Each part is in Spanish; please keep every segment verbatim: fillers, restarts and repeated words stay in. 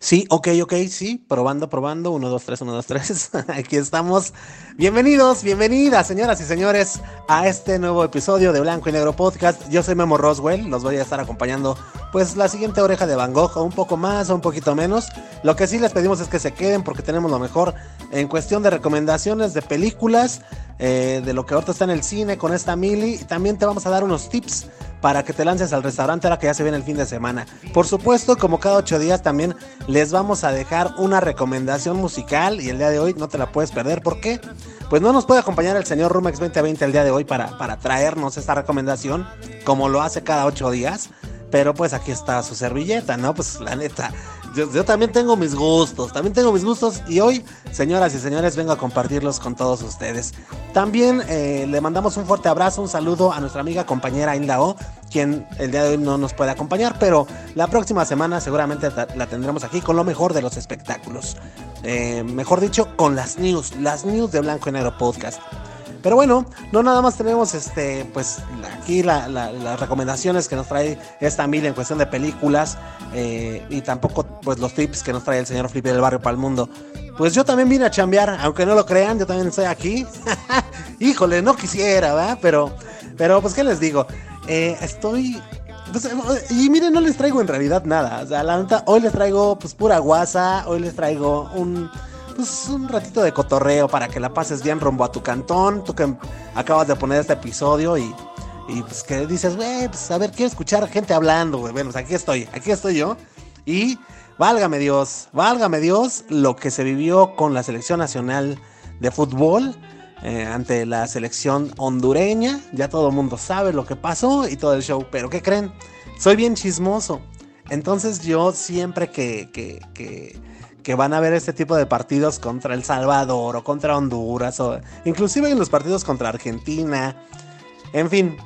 Sí, ok, ok, sí, probando, probando, uno, dos, tres, uno, dos, tres, aquí estamos. Bienvenidos, bienvenidas, señoras y señores, a este nuevo episodio de Blanco y Negro Podcast. Yo soy Memo Roswell, los voy a estar acompañando, pues, la siguiente oreja de Van Gogh, o un poco más, o un poquito menos. Lo que sí les pedimos es que se queden, porque tenemos lo mejor en cuestión de recomendaciones de películas, eh, de lo que ahorita está en el cine con esta Mili, y también te vamos a dar unos tips para que te lances al restaurante ahora que ya se viene el fin de semana. Por supuesto, como cada ocho días también les vamos a dejar una recomendación musical y el día de hoy no te la puedes perder. ¿Por qué? Pues no nos puede acompañar el señor Rumex veinte veinte el día de hoy para, para traernos esta recomendación, como lo hace cada ocho días. Pero pues aquí está su servilleta, ¿no? Pues la neta, yo, yo también tengo mis gustos, también tengo mis gustos y hoy, señoras y señores, vengo a compartirlos con todos ustedes. También eh, le mandamos un fuerte abrazo, un saludo a nuestra amiga compañera Inda O, quien el día de hoy no nos puede acompañar, pero la próxima semana seguramente la tendremos aquí con lo mejor de los espectáculos. Eh, mejor dicho, con las news, las news de Blanco y Negro Podcast. Pero bueno, no nada más tenemos este, pues aquí la, la, las recomendaciones que nos trae esta Mil en cuestión de películas eh, y tampoco pues los tips que nos trae el señor Flippy del Barrio para el Mundo. Pues yo también vine a chambear, aunque no lo crean, yo también estoy aquí. Híjole, no quisiera, ¿verdad? Pero, pero pues qué les digo, eh, estoy... Pues, y miren, no les traigo en realidad nada, o sea, la neta, hoy les traigo pues pura guasa, hoy les traigo un... pues un ratito de cotorreo para que la pases bien rumbo a tu cantón, tú que acabas de poner este episodio y, y pues que dices, güey, pues a ver, quiero escuchar gente hablando, güey, bueno, pues aquí estoy, aquí estoy yo, y válgame Dios, válgame Dios, lo que se vivió con la selección nacional de fútbol, eh, ante la selección hondureña, ya todo el mundo sabe lo que pasó y todo el show, pero ¿qué creen? Soy bien chismoso, entonces yo siempre que, que, que que van a ver este tipo de partidos contra El Salvador o contra Honduras o inclusive en los partidos contra Argentina, en fin,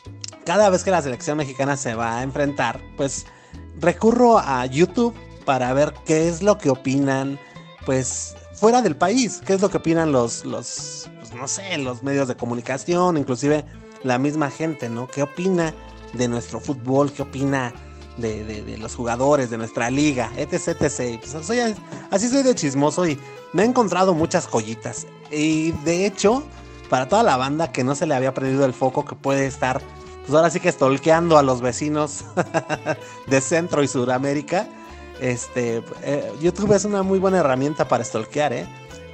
cada vez que la selección mexicana se va a enfrentar, pues recurro a YouTube para ver qué es lo que opinan, pues fuera del país, qué es lo que opinan los, los pues, no sé, los medios de comunicación, inclusive la misma gente, ¿no? ¿Qué opina de nuestro fútbol? ¿Qué opina De, de, de los jugadores de nuestra liga, etc, etc. Pues soy, así soy de chismoso y me he encontrado muchas joyitas. Y de hecho, para toda la banda que no se le había prendido el foco, que puede estar, pues ahora sí que stalkeando a los vecinos de Centro y Sudamérica, este, eh, YouTube es una muy buena herramienta para stalkear, ¿eh?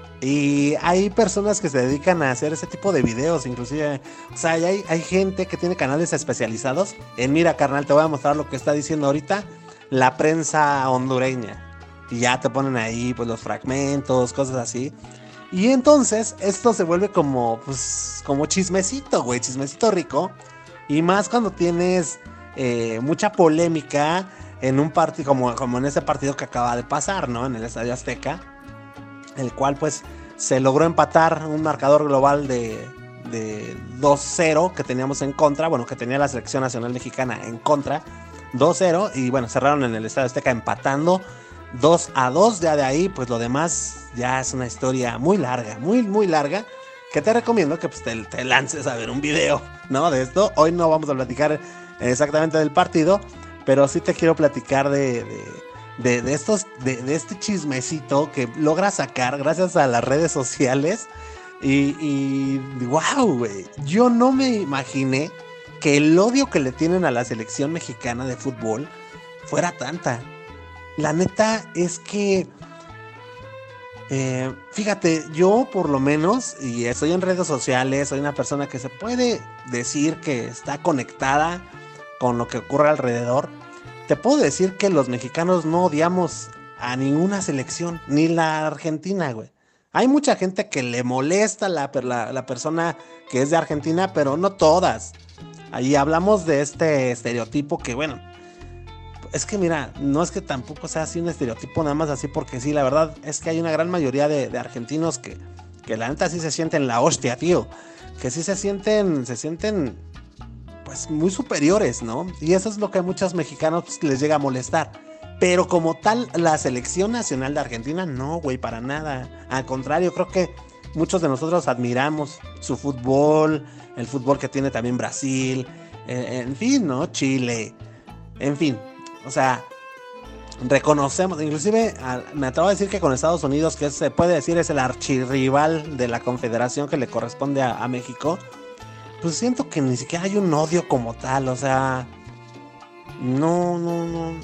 Y hay personas que se dedican a hacer ese tipo de videos, inclusive, o sea, hay, hay gente que tiene canales especializados en, mira carnal, te voy a mostrar lo que está diciendo ahorita la prensa hondureña. Y ya te ponen ahí pues los fragmentos, cosas así. Y entonces esto se vuelve como, pues, como chismecito, güey, chismecito rico. Y más cuando tienes eh, mucha polémica en un partido, como, como en ese partido que acaba de pasar, ¿no? En el Estadio Azteca. El cual pues se logró empatar un marcador global de, de dos cero que teníamos en contra, bueno, que tenía la selección nacional mexicana en contra, dos cero, y bueno, cerraron en el Estadio Azteca empatando dos a dos, ya de ahí pues lo demás ya es una historia muy larga, muy muy larga, que te recomiendo que pues te, te lances a ver un video, ¿no? De esto. Hoy no vamos a platicar exactamente del partido, pero sí te quiero platicar de... de De, de estos de, de este chismecito que logra sacar gracias a las redes sociales y, y wow, güey, yo no me imaginé que el odio que le tienen a la selección mexicana de fútbol fuera tanta. La neta es que eh, fíjate, yo por lo menos, y estoy en redes sociales, soy una persona que se puede decir que está conectada con lo que ocurre alrededor. Te puedo decir que los mexicanos no odiamos a ninguna selección, ni la Argentina, güey. Hay mucha gente que le molesta la, la, la persona que es de Argentina, pero no todas. Ahí hablamos de este estereotipo que, bueno, es que mira, no es que tampoco sea así un estereotipo nada más así porque sí, la verdad es que hay una gran mayoría de, de argentinos que, que la neta sí se sienten la hostia, tío. Que sí se sienten, se sienten... pues muy superiores, ¿no? Y eso es lo que a muchos mexicanos pues, les llega a molestar. Pero como tal, la selección nacional de Argentina, no, güey, para nada. Al contrario, creo que muchos de nosotros admiramos su fútbol, el fútbol que tiene también Brasil, eh, en fin, ¿no? Chile, en fin. O sea, reconocemos, inclusive a, me atrevo a decir que con Estados Unidos, que es, se puede decir es el archirrival de la confederación que le corresponde a, a México, pues siento que ni siquiera hay un odio como tal, o sea, no, no, no.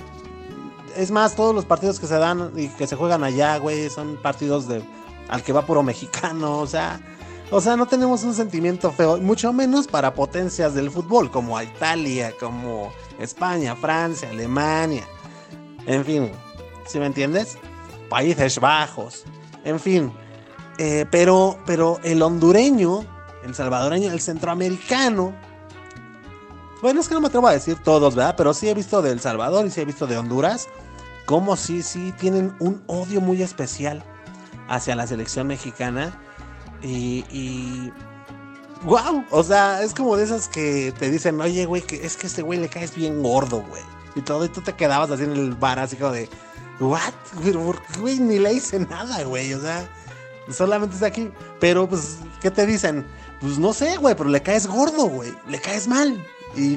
Es más, todos los partidos que se dan y que se juegan allá, güey, son partidos de al que va puro mexicano, o sea, o sea, no tenemos un sentimiento feo, mucho menos para potencias del fútbol, como Italia, como España, Francia, Alemania, en fin, ¿sí me entiendes? Países Bajos, en fin, eh, pero, pero el hondureño, el salvadoreño, el centroamericano, bueno, es que no me atrevo a decir todos, ¿verdad? Pero sí he visto de El Salvador y sí he visto de Honduras, como sí, sí tienen un odio muy especial hacia la selección mexicana. Y, y wow, o sea, es como de esas que te dicen, oye, güey, que es que a este güey le caes bien gordo, güey. Y todo, y tú te quedabas así en el bar, así como de, what? Güey, ni le hice nada, güey, o sea, solamente está aquí. Pero, pues, ¿qué te dicen? Pues no sé, güey, pero le caes gordo, güey, le caes mal. Y,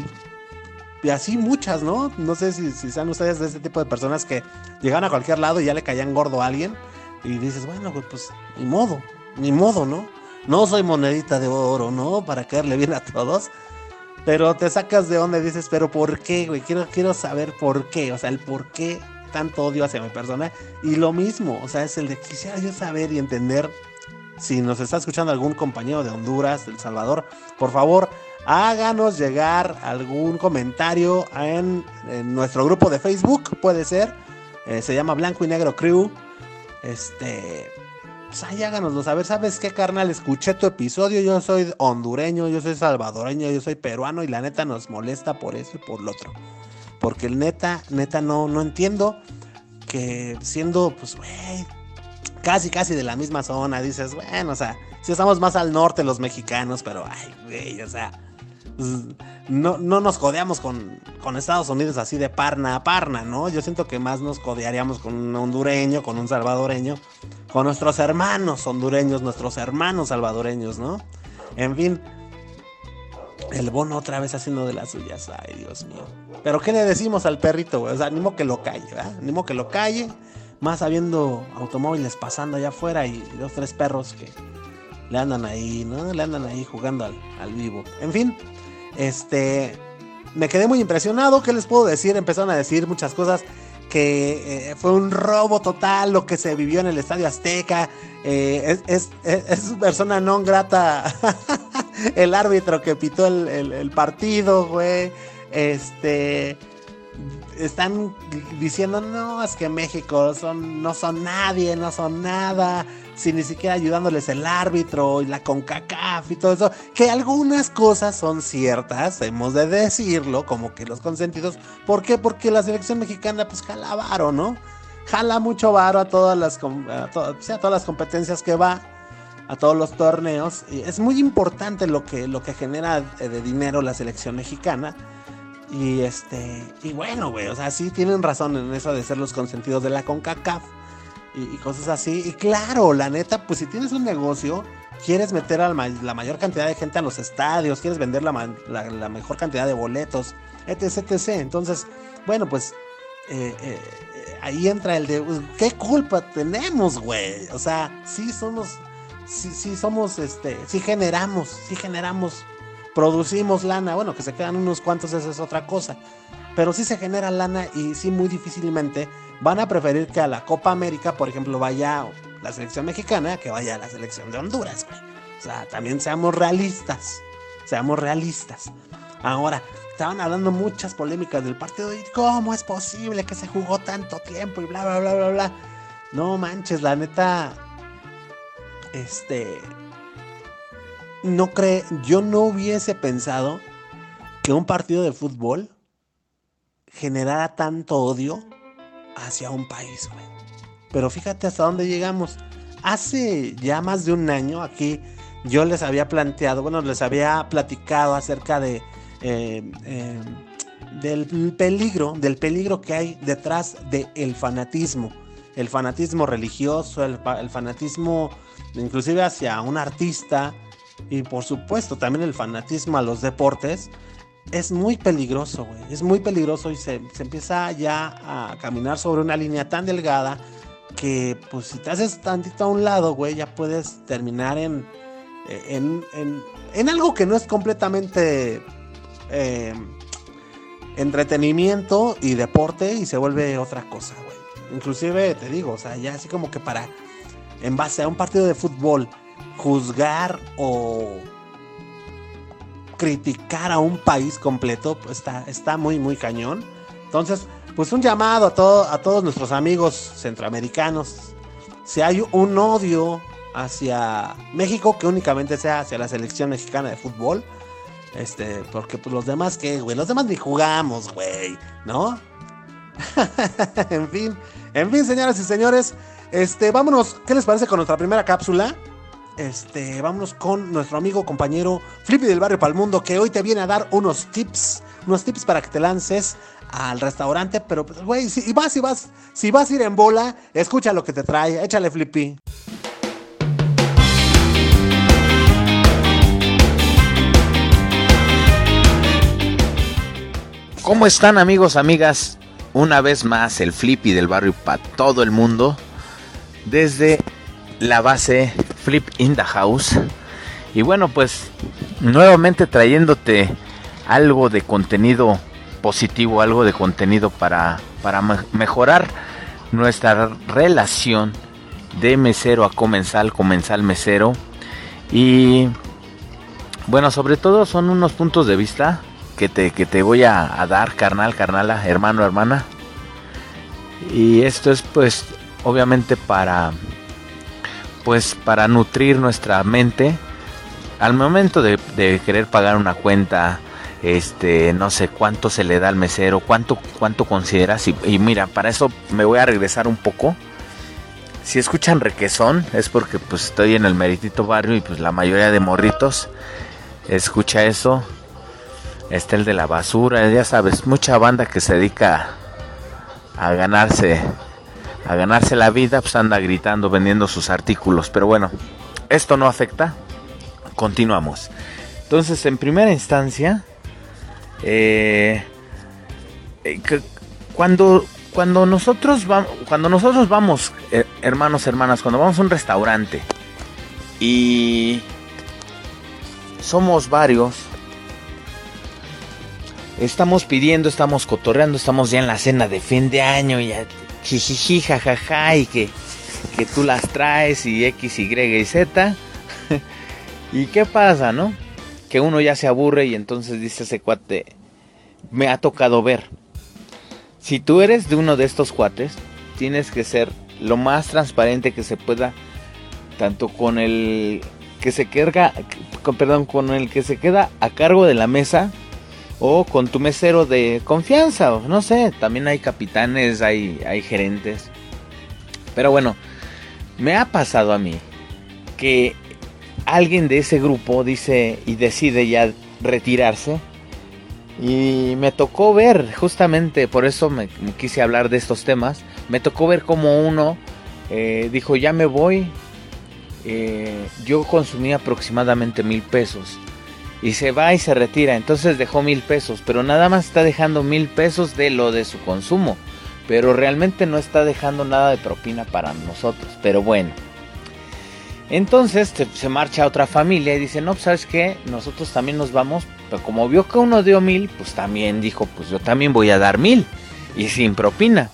y así muchas, ¿no? No sé si, si sean ustedes de este tipo de personas que llegan a cualquier lado y ya le caían gordo a alguien. Y dices, bueno, güey, pues, ni modo. Ni modo, ¿no? No soy monedita de oro, ¿no? Para caerle bien a todos. Pero te sacas de onda y dices, ¿pero por qué, güey? Quiero, quiero saber por qué. O sea, el por qué tanto odio hacia mi persona. Y lo mismo, o sea, es el de quisiera yo saber y entender. Si nos está escuchando algún compañero de Honduras, de El Salvador, por favor, háganos llegar algún comentario en, en nuestro grupo de Facebook, puede ser. Eh, se llama Blanco y Negro Crew. Este... Pues ahí háganoslo saber, ¿sabes qué, carnal? Escuché tu episodio, yo soy hondureño, yo soy salvadoreño, yo soy peruano y la neta nos molesta por eso y por lo otro. Porque el neta, neta no, no entiendo que siendo, pues, güey, casi, casi de la misma zona, dices, bueno, o sea, si estamos más al norte los mexicanos, pero, ay, güey, o sea, pues, no, no nos codeamos con, con Estados Unidos así de parna a parna, ¿no? Yo siento que más nos codearíamos con un hondureño, con un salvadoreño, con nuestros hermanos hondureños, nuestros hermanos salvadoreños, ¿no? En fin, el Bono otra vez haciendo de las suyas, ay, Dios mío. Pero ¿qué le decimos al perrito, güey? O sea, ni modo que lo calle, ¿verdad? Ni modo que lo calle, más habiendo automóviles pasando allá afuera y dos, tres perros que le andan ahí, ¿no? Le andan ahí jugando al, al vivo. En fin, este... me quedé muy impresionado, ¿qué les puedo decir? Empezaron a decir muchas cosas, que eh, fue un robo total lo que se vivió en el Estadio Azteca, eh, es, es, es persona non grata el árbitro que pitó el, el, el partido, güey, este... están diciendo, no, es que México son, no son nadie, no son nada, sin ni siquiera ayudándoles el árbitro y la CONCACAF y todo eso, que algunas cosas son ciertas, hemos de decirlo, como que los consentidos. ¿Por qué? Porque la selección mexicana pues jala varo, ¿no? Jala mucho varo a todas las, a, to, o sea, a todas las competencias que va, a todos los torneos, y es muy importante lo que, lo que genera de dinero la selección mexicana. Y este, y bueno, güey, o sea, sí tienen razón en eso de ser los consentidos de la CONCACAF y, y cosas así. Y claro, la neta, pues si tienes un negocio, quieres meter a la, la mayor cantidad de gente a los estadios, quieres vender la, la, la mejor cantidad de boletos, etc, etcétera. Entonces, bueno, pues eh, eh, ahí entra el de, ¿qué culpa tenemos, güey? O sea, sí somos, sí, sí somos, este, sí generamos, sí generamos. Producimos lana, bueno, que se quedan unos cuantos, esa es otra cosa, pero sí se genera lana y sí muy difícilmente van a preferir que a la Copa América, por ejemplo, vaya la selección mexicana que vaya a la selección de Honduras, güey. O sea, también seamos realistas, seamos realistas. Ahora, estaban hablando muchas polémicas del partido y cómo es posible que se jugó tanto tiempo y bla, bla, bla, bla, bla. No manches, la neta, este... No cree, yo no hubiese pensado que un partido de fútbol generara tanto odio hacia un país, güey. Pero fíjate hasta dónde llegamos. Hace ya más de un año aquí yo les había planteado, bueno, les había platicado acerca de eh, eh, del peligro, del peligro que hay detrás del fanatismo. El fanatismo religioso, el, el fanatismo inclusive hacia un artista. Y por supuesto también el fanatismo a los deportes, es muy peligroso, güey. Es muy peligroso y se, se empieza ya a caminar sobre una línea tan delgada que, pues, si te haces tantito a un lado, güey, ya puedes terminar en, en, en, en algo que no es completamente eh, entretenimiento y deporte y se vuelve otra cosa, güey. Inclusive, te digo, o sea, ya así como que para, en base a un partido de fútbol, juzgar o criticar a un país completo, pues está, está muy, muy cañón. Entonces, pues un llamado a, todo, a todos nuestros amigos centroamericanos. Si hay un odio hacia México, que únicamente sea hacia la selección mexicana de fútbol. Este, porque pues los demás, ¿qué, güey? Los demás ni jugamos, güey, ¿no? en fin, en fin, señoras y señores, este, vámonos, ¿qué les parece con nuestra primera cápsula? Este, vámonos con nuestro amigo, compañero Flippy del Barrio Palmundo, que hoy te viene a dar unos tips, unos tips para que te lances al restaurante, pero pues, güey, si vas, si vas, si vas a ir en bola, escucha lo que te trae, échale, Flippy. ¿Cómo están, amigos, amigas? Una vez más, el Flippy del Barrio para todo el mundo, desde la base Flip in the House. Y bueno, pues nuevamente trayéndote algo de contenido positivo, algo de contenido para, para mejorar nuestra relación de mesero a comensal, comensal mesero. Y bueno, sobre todo son unos puntos de vista que te, que te voy a, a dar, carnal, carnala, hermano, hermana. Y esto es pues obviamente para pues para nutrir nuestra mente al momento de, de querer pagar una cuenta. Este, no sé cuánto se le da al mesero, cuánto, cuánto consideras. Y, y mira, para eso me voy a regresar un poco. Si escuchan requesón, es porque pues estoy en el meritito barrio y pues la mayoría de morritos escucha eso. Está el de la basura, ya sabes, mucha banda que se dedica a ganarse, a ganarse la vida, pues anda gritando, vendiendo sus artículos. Pero bueno, esto no afecta. Continuamos. Entonces, en primera instancia, eh, eh, que cuando cuando nosotros vamos, cuando nosotros vamos, eh, hermanos, hermanas, cuando vamos a un restaurante y somos varios, estamos pidiendo, estamos cotorreando, estamos ya en la cena de fin de año, y ya jijiji, jajaja, y que, que tú las traes y X, Y y Z. ¿Y qué pasa, no? Que uno ya se aburre y entonces dice ese cuate, me ha tocado ver. Si tú eres de uno de estos cuates, tienes que ser lo más transparente que se pueda, tanto con el que se queda, con, perdón, con el que se queda a cargo de la mesa, o con tu mesero de confianza, no sé, también hay capitanes, hay, hay gerentes. Pero bueno, me ha pasado a mí que alguien de ese grupo dice y decide ya retirarse. Y me tocó ver, justamente por eso me, me quise hablar de estos temas, me tocó ver como uno eh, dijo, ya me voy, eh, yo consumí aproximadamente mil pesos. Y se va y se retira, entonces dejó mil pesos, pero nada más está dejando mil pesos de lo de su consumo, pero realmente no está dejando nada de propina para nosotros. Pero bueno, entonces se, se marcha otra familia y dice, no, pues ¿sabes qué? Nosotros también nos vamos, pero como vio que uno dio mil, pues también dijo, pues yo también voy a dar mil, y sin propina.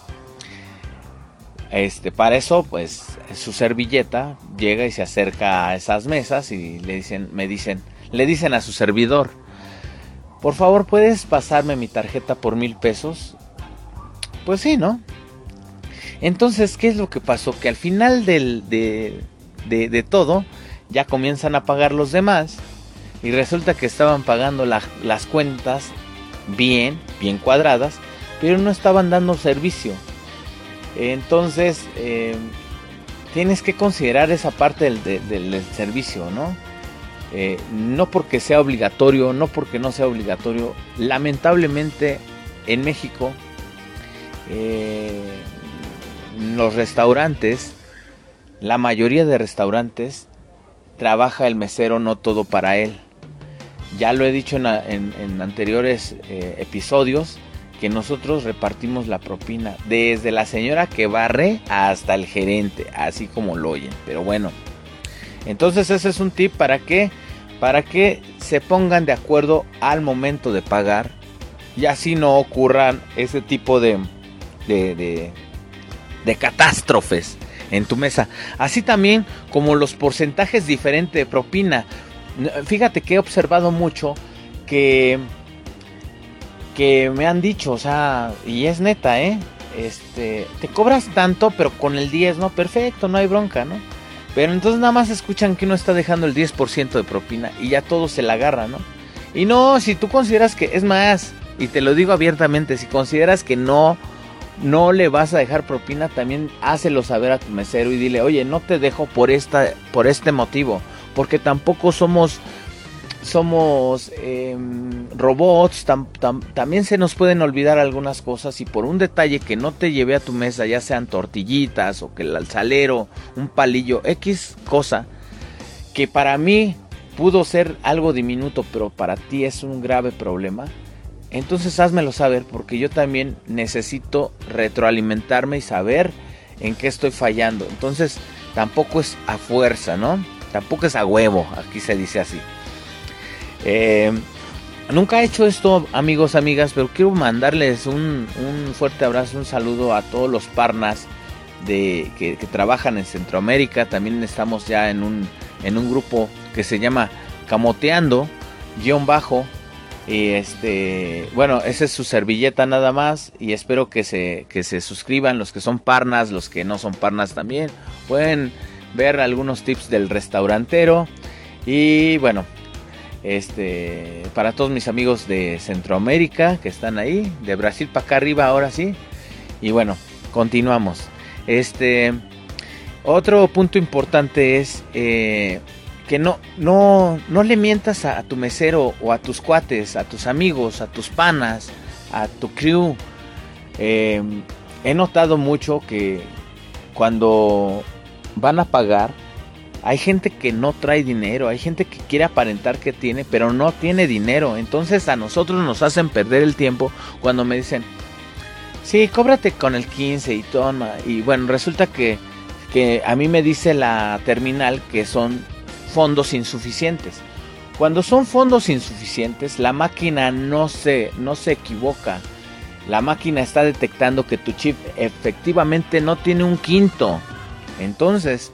Este, para eso, pues su servilleta llega y se acerca a esas mesas y le dicen, me dicen, le dicen a su servidor, por favor, ¿puedes pasarme mi tarjeta por mil pesos? Pues sí, ¿no? Entonces, ¿qué es lo que pasó? Que al final del, de, de, de todo, ya comienzan a pagar los demás, y resulta que estaban pagando la, las cuentas bien, bien cuadradas, pero no estaban dando servicio. Entonces, eh, tienes que considerar esa parte del, de, del servicio, ¿no? Eh, no porque sea obligatorio, no porque no sea obligatorio. Lamentablemente en México eh, los restaurantes, la mayoría de restaurantes, trabaja el mesero no todo para él. Ya lo he dicho en, en, en anteriores eh, episodios, que nosotros repartimos la propina desde la señora que barre hasta el gerente, así como lo oyen. Pero bueno, entonces ese es un tip para que, para que se pongan de acuerdo al momento de pagar y así no ocurran ese tipo de, de, de, de catástrofes en tu mesa. Así también como los porcentajes diferentes de propina. Fíjate que he observado mucho que, que me han dicho, o sea, y es neta, ¿eh? Este, te cobras tanto, pero con el diez, ¿no? Perfecto, no hay bronca, ¿no? Pero entonces nada más escuchan que uno está dejando el diez por ciento de propina y ya todo se la agarra, ¿no? Y no, si tú consideras que, es más, y te lo digo abiertamente, si consideras que no, no le vas a dejar propina, también hácelo saber a tu mesero y dile, oye, no te dejo por esta, por este motivo, porque tampoco somos, somos eh, robots, tam, tam, también se nos pueden olvidar algunas cosas y por un detalle que no te llevé a tu mesa, ya sean tortillitas o que el salero, un palillo, X cosa, que para mí pudo ser algo diminuto, pero para ti es un grave problema, entonces házmelo saber, porque yo también necesito retroalimentarme y saber en qué estoy fallando. Entonces tampoco es a fuerza, ¿no? Tampoco es a huevo, aquí se dice así. Eh, nunca he hecho esto, amigos, amigas, pero quiero mandarles un, un fuerte abrazo, un saludo a todos los partners de, que, que trabajan en Centroamérica. También estamos ya en un, en un grupo que se llama Camoteando, guión bajo. Y este, bueno, esa es su servilleta nada más. Y espero que se, que se suscriban los que son partners, los que no son partners también. Pueden ver algunos tips del restaurantero. Y bueno, este, para todos mis amigos de Centroamérica que están ahí, de Brasil para acá arriba ahora sí. Y bueno, continuamos. Este, otro punto importante es eh, que no, no, no le mientas a, a tu mesero o a tus cuates, a tus amigos, a tus panas, a tu crew. Eh, he notado mucho que cuando van a pagar, hay gente que no trae dinero, hay gente que quiere aparentar que tiene, pero no tiene dinero. Entonces a nosotros nos hacen perder el tiempo cuando me dicen, sí, cóbrate con el quince y toma. Y bueno, resulta que, que a mí me dice la terminal que son fondos insuficientes. Cuando son fondos insuficientes, la máquina no se, no se equivoca. La máquina está detectando que tu chip efectivamente no tiene un quinto. Entonces,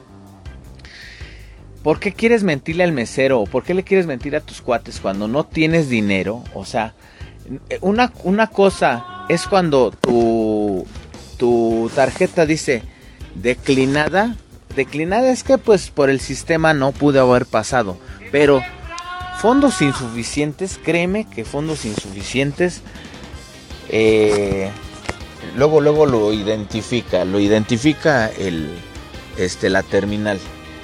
¿por qué quieres mentirle al mesero? ¿O por qué le quieres mentir a tus cuates cuando no tienes dinero? O sea, una, una cosa es cuando tu, tu tarjeta dice declinada. Declinada es que pues por el sistema no pude haber pasado. Pero fondos insuficientes, créeme que fondos insuficientes, eh, luego luego lo identifica, lo identifica el, este, la terminal.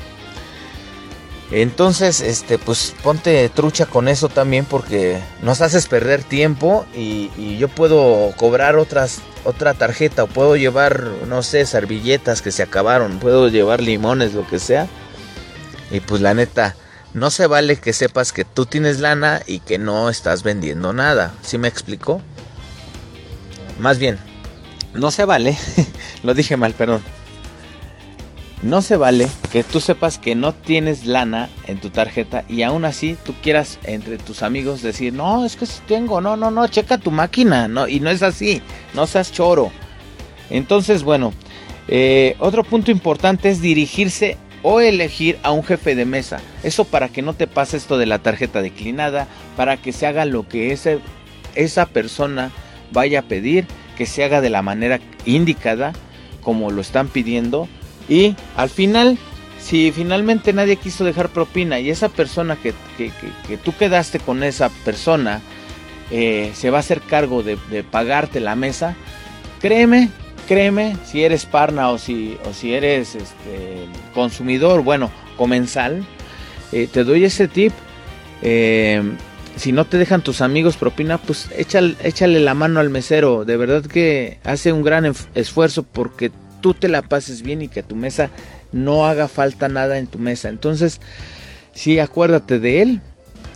Entonces, este, pues ponte trucha con eso también, porque nos haces perder tiempo y, y yo puedo cobrar otras, otra tarjeta, o puedo llevar, no sé, servilletas que se acabaron, puedo llevar limones, lo que sea. Y pues la neta, no se vale que sepas que tú tienes lana y que no estás vendiendo nada. ¿Sí me explico? Más bien, no se vale, lo dije mal, perdón. No se vale que tú sepas que no tienes lana en tu tarjeta y aún así tú quieras entre tus amigos decir, no, es que sí tengo, no, no, no, checa tu máquina, no, y no es así, no seas choro. Entonces, bueno, eh, otro punto importante es dirigirse o elegir a un jefe de mesa. Eso para que no te pase esto de la tarjeta declinada, para que se haga lo que ese, esa persona vaya a pedir, que se haga de la manera indicada, como lo están pidiendo. Y al final, si finalmente nadie quiso dejar propina y esa persona que, que, que, que tú quedaste con esa persona eh, se va a hacer cargo de, de pagarte la mesa, créeme, créeme, si eres parna o si, o si eres este, consumidor, bueno, comensal, eh, te doy ese tip. Eh, si no te dejan tus amigos propina, pues échale, échale la mano al mesero. De verdad que hace un gran esfuerzo porque tú te la pases bien y que a tu mesa no haga falta nada en tu mesa. Entonces, sí, acuérdate de él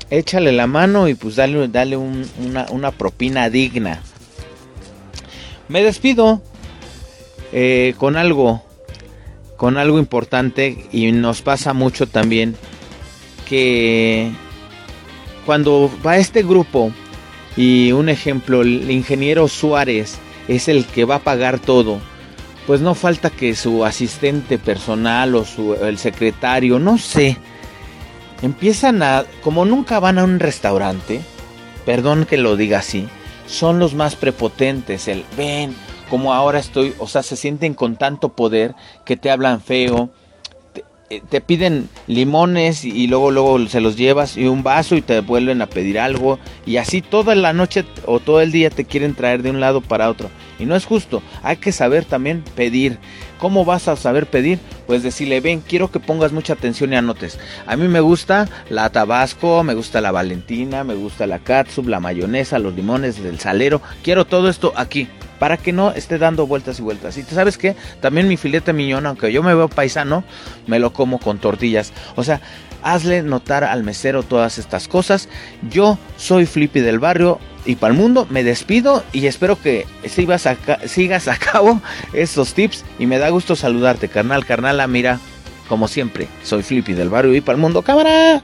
échale la mano y pues dale, dale un, una, una propina digna. Me despido eh, con algo, con algo importante, y nos pasa mucho también que cuando va este grupo y un ejemplo, el ingeniero Suárez es el que va a pagar todo, pues no falta que su asistente personal o su, el secretario, no sé, empiezan a, como nunca van a un restaurante, perdón que lo diga así, son los más prepotentes, el ven, como ahora estoy, o sea, se sienten con tanto poder que te hablan feo, te, te piden limones y luego luego se los llevas y un vaso y te vuelven a pedir algo, y así toda la noche o todo el día te quieren traer de un lado para otro, y no es justo. Hay que saber también pedir. ¿Cómo vas a saber pedir? Pues decirle, ven, quiero que pongas mucha atención y anotes. A mí me gusta la Tabasco, me gusta la Valentina, me gusta la catsup, la mayonesa, los limones del salero. Quiero todo esto aquí, para que no esté dando vueltas y vueltas. Y ¿sabes qué? También mi filete miñón, aunque yo me veo paisano, me lo como con tortillas. O sea, hazle notar al mesero todas estas cosas. Yo soy Flippy del Barrio y para el mundo, me despido y espero que sigas a, sigas a cabo estos tips, y me da gusto saludarte, carnal, carnala. Mira, como siempre, soy Flippy del Barrio y para el mundo, cámara.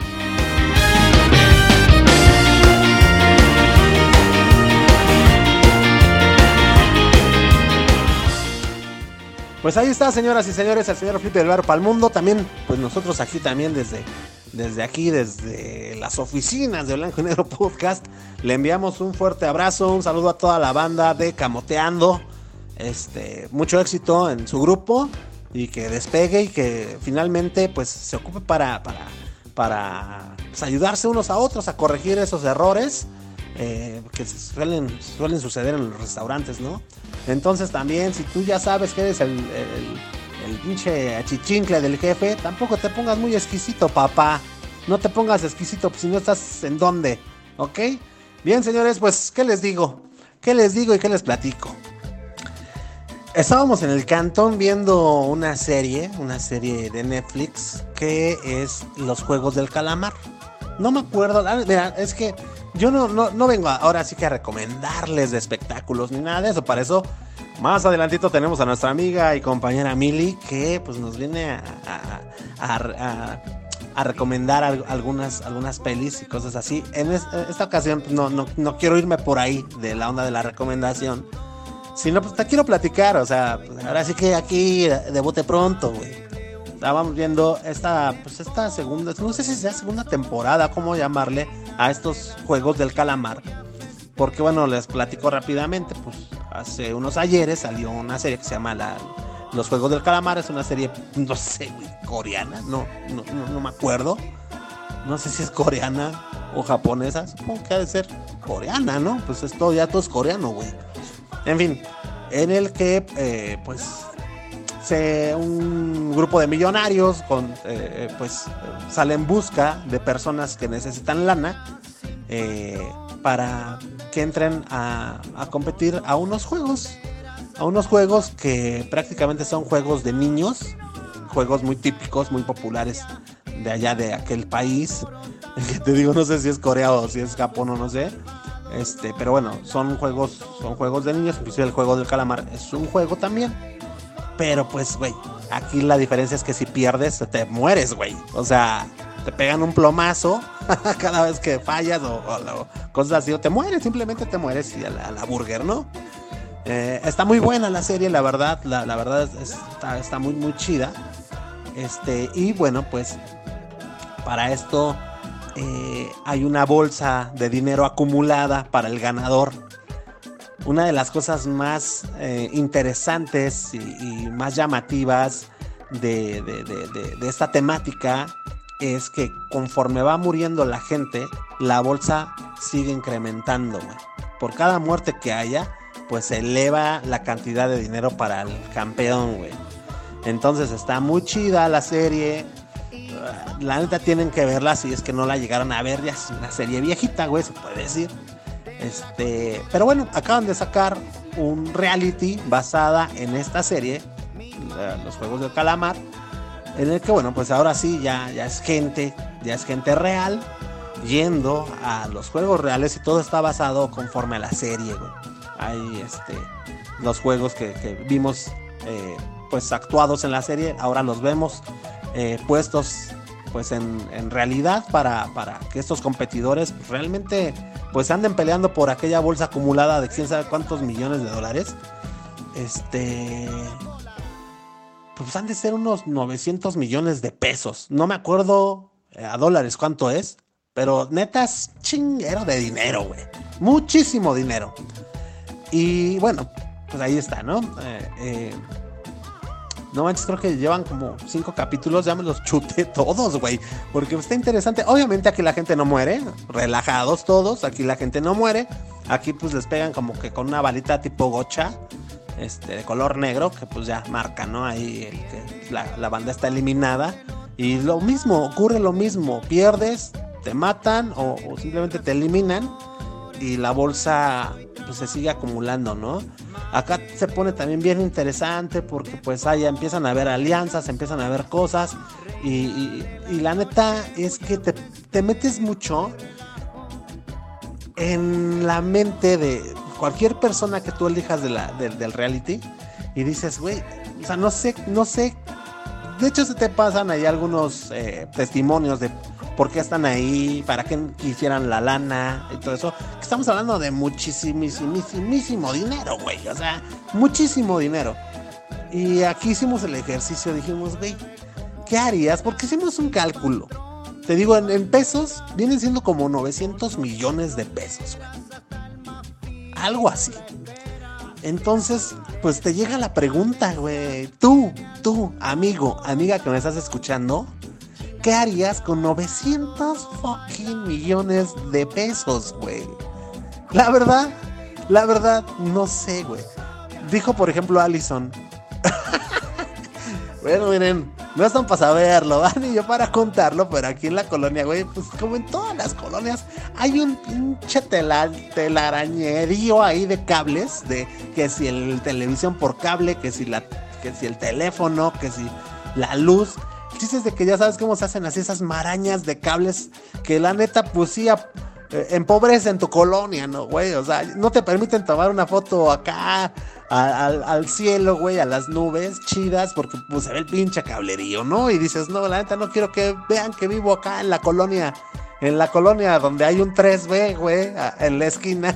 Pues ahí está, señoras y señores, el señor Flippy del Barrio para el mundo. También, pues nosotros aquí también desde, desde aquí, desde las oficinas de Blanco y Negro Podcast, le enviamos un fuerte abrazo, un saludo a toda la banda de Camoteando. Este, mucho éxito en su grupo y que despegue y que finalmente pues se ocupe para, para, para pues, ayudarse unos a otros a corregir esos errores eh, que suelen, suelen suceder en los restaurantes, ¿no? Entonces también, si tú ya sabes que eres el, el, el pinche achichincle del jefe, tampoco te pongas muy exquisito, papá. No te pongas exquisito, pues si no estás en dónde, ¿ok? Bien, señores, pues, ¿qué les digo? ¿Qué les digo y qué les platico? Estábamos en el cantón viendo una serie, una serie de Netflix, que es Los Juegos del Calamar. No me acuerdo, mira, es que yo no, no, no vengo ahora sí que a recomendarles de espectáculos ni nada de eso. Para eso, más adelantito tenemos a nuestra amiga y compañera Mili, que pues nos viene a, a, a, a, a recomendar algunas, algunas pelis y cosas así. En es, esta ocasión pues, no, no, no quiero irme por ahí de la onda de la recomendación, sino pues te quiero platicar, o sea, pues, ahora sí que aquí de bote pronto, güey. Estábamos viendo esta, pues esta segunda, no sé si sea segunda temporada, cómo llamarle a estos Juegos del Calamar. Porque bueno, les platico rápidamente, pues hace unos ayeres salió una serie que se llama la, Los Juegos del Calamar. Es una serie, no sé, güey, coreana, no, no, no, no me acuerdo. No sé si es coreana o japonesa, supongo que ha de ser coreana, ¿no? Pues es todo, ya todo es coreano, güey. En fin, en el que, eh, pues... Se, un grupo de millonarios con, eh, pues sale en busca de personas que necesitan lana eh, para que entren a, a competir a unos juegos, a unos juegos que prácticamente son juegos de niños, juegos muy típicos, muy populares de allá de aquel país, que te digo, no sé si es Corea o si es Japón o no sé, este, pero bueno, son juegos, son juegos de niños, inclusive el Juego del Calamar es un juego también. Pero pues, güey, aquí la diferencia es que si pierdes, te mueres, güey. O sea, te pegan un plomazo cada vez que fallas o, o, o cosas así. O te mueres, simplemente te mueres y a la, a la burger, ¿no? Eh, está muy buena la serie, la verdad. La, la verdad es, está, está muy, muy chida. Este, y bueno, pues, para esto eh, hay una bolsa de dinero acumulada para el ganador. Una de las cosas más eh, interesantes y, y más llamativas de, de, de, de, de esta temática es que conforme va muriendo la gente, la bolsa sigue incrementando, güey. Por cada muerte que haya, pues se eleva la cantidad de dinero para el campeón, güey. Entonces está muy chida la serie. La neta tienen que verla si es que no la llegaron a ver. Ya es una serie viejita, güey, se puede decir. Este, pero bueno, acaban de sacar un reality basada en esta serie, Los Juegos del Calamar, en el que bueno, pues ahora sí ya, ya es gente, ya es gente real yendo a los juegos reales y todo está basado conforme a la serie, güey. Hay este, los juegos que, que vimos eh, pues actuados en la serie, ahora los vemos eh, puestos pues en, en realidad para, para que estos competidores realmente pues anden peleando por aquella bolsa acumulada de quién sabe cuántos millones de dólares. Este... Pues han de ser unos novecientos millones de pesos. No me acuerdo eh, a dólares cuánto es, pero neta es chinguero de dinero, güey. Muchísimo dinero. Y bueno, pues ahí está, ¿no? Eh, eh, no manches, creo que llevan como cinco capítulos, ya me los chuté todos, güey. Porque está interesante. Obviamente aquí la gente no muere, relajados todos, aquí la gente no muere. Aquí pues les pegan como que con una balita tipo gocha. Este, de color negro, que pues ya marca, ¿no? Ahí el que la, la banda está eliminada. Y lo mismo, ocurre lo mismo. Pierdes, te matan o, o simplemente te eliminan. Y la bolsa pues se sigue acumulando, ¿no? Acá se pone también bien interesante porque pues ahí empiezan a haber alianzas, empiezan a haber cosas. Y, y, y la neta es que te, te metes mucho en la mente de cualquier persona que tú elijas de la, de, del reality y dices, güey, o sea, no sé, no sé, de hecho se te pasan ahí algunos eh, testimonios de por qué están ahí, para qué quisieran la lana y todo eso. Estamos hablando de muchísimo dinero, güey, o sea, muchísimo dinero. Y aquí hicimos el ejercicio, dijimos, güey, ¿qué harías? Porque hicimos un cálculo. Te digo, en, en pesos, vienen siendo como novecientos millones de pesos, güey. Algo así. Entonces, pues te llega la pregunta, güey. Tú, tú, amigo, amiga que me estás escuchando, ¿qué harías con novecientos fucking millones de pesos, güey? La verdad, la verdad, no sé, güey. Dijo, por ejemplo, Allison. Bueno, miren, no están para saberlo, ¿va? Ni yo para contarlo, pero aquí en la colonia, güey, pues como en todas las colonias, hay un pinche tela, telarañerío ahí de cables, de que si el televisión por cable, que si la, que si el teléfono, que si la luz. Chistes de que ya sabes cómo se hacen así esas marañas de cables, que la neta, pues sí, a, eh, empobrecen tu colonia, ¿no, güey? O sea, no te permiten tomar una foto acá Al, al cielo, güey, a las nubes chidas, porque pues se ve el pinche cablerío, ¿no? Y dices, no, la neta no quiero que vean que vivo acá en la colonia, en la colonia donde hay un tres B, güey, en la esquina.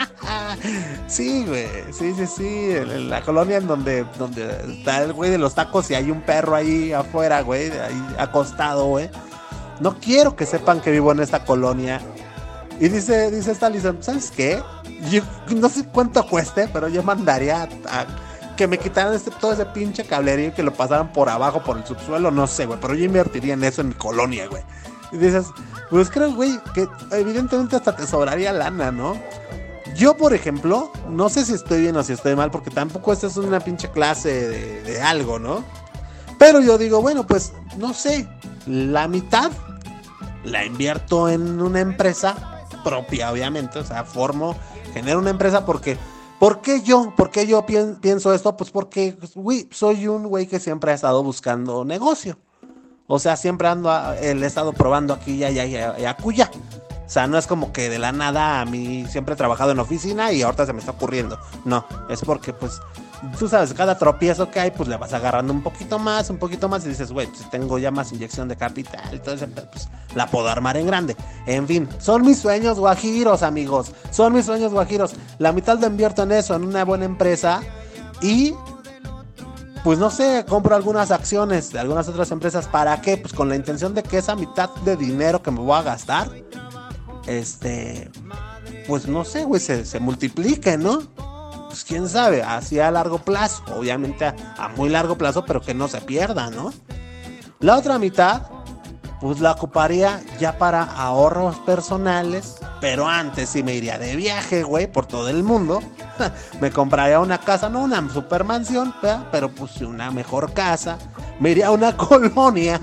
Sí, güey, sí, sí, sí, en la colonia en donde, donde está el güey de los tacos y hay un perro ahí afuera, güey, ahí acostado, güey. No quiero que sepan que vivo en esta colonia. Y dice, dice esta Lisa, ¿sabes qué? Yo no sé cuánto cueste, pero yo mandaría a, a que me quitaran este, todo ese pinche cablerío y que lo pasaran por abajo, por el subsuelo, no sé, güey, pero yo invertiría en eso en mi colonia, güey. Y dices, pues creo, güey, que evidentemente hasta te sobraría lana, ¿no? Yo, por ejemplo, no sé si estoy bien o si estoy mal, porque tampoco esta es una pinche clase de, de algo, ¿no? Pero yo digo, bueno, pues, no sé, la mitad la invierto en una empresa propia, obviamente, o sea, formo, genero una empresa porque, ¿por qué yo? ¿Por qué yo pi- pienso esto? Pues porque, güey, soy un güey que siempre ha estado buscando negocio, o sea, siempre ando, a, he estado probando aquí y allá y, y acuya, o sea, no es como que de la nada a mí siempre he trabajado en oficina y ahorita se me está ocurriendo, no, es porque pues, tú sabes, cada tropiezo que hay, pues le vas agarrando un poquito más, un poquito más y dices, güey, si tengo ya más inyección de capital, entonces pues la puedo armar en grande. En fin, son mis sueños guajiros, amigos, son mis sueños guajiros. La mitad lo invierto en eso, en una buena empresa y pues no sé, compro algunas acciones de algunas otras empresas. ¿Para qué? Pues con la intención de que esa mitad de dinero que me voy a gastar, este, pues no sé, güey, se, se multiplique, ¿no? Pues quién sabe, así a largo plazo, obviamente a, a muy largo plazo, pero que no se pierda, ¿no? La otra mitad, pues la ocuparía ya para ahorros personales, pero antes sí me iría de viaje, güey, por todo el mundo. Me compraría una casa, no una super mansión, ¿verdad? Pero pues una mejor casa. Me iría a una colonia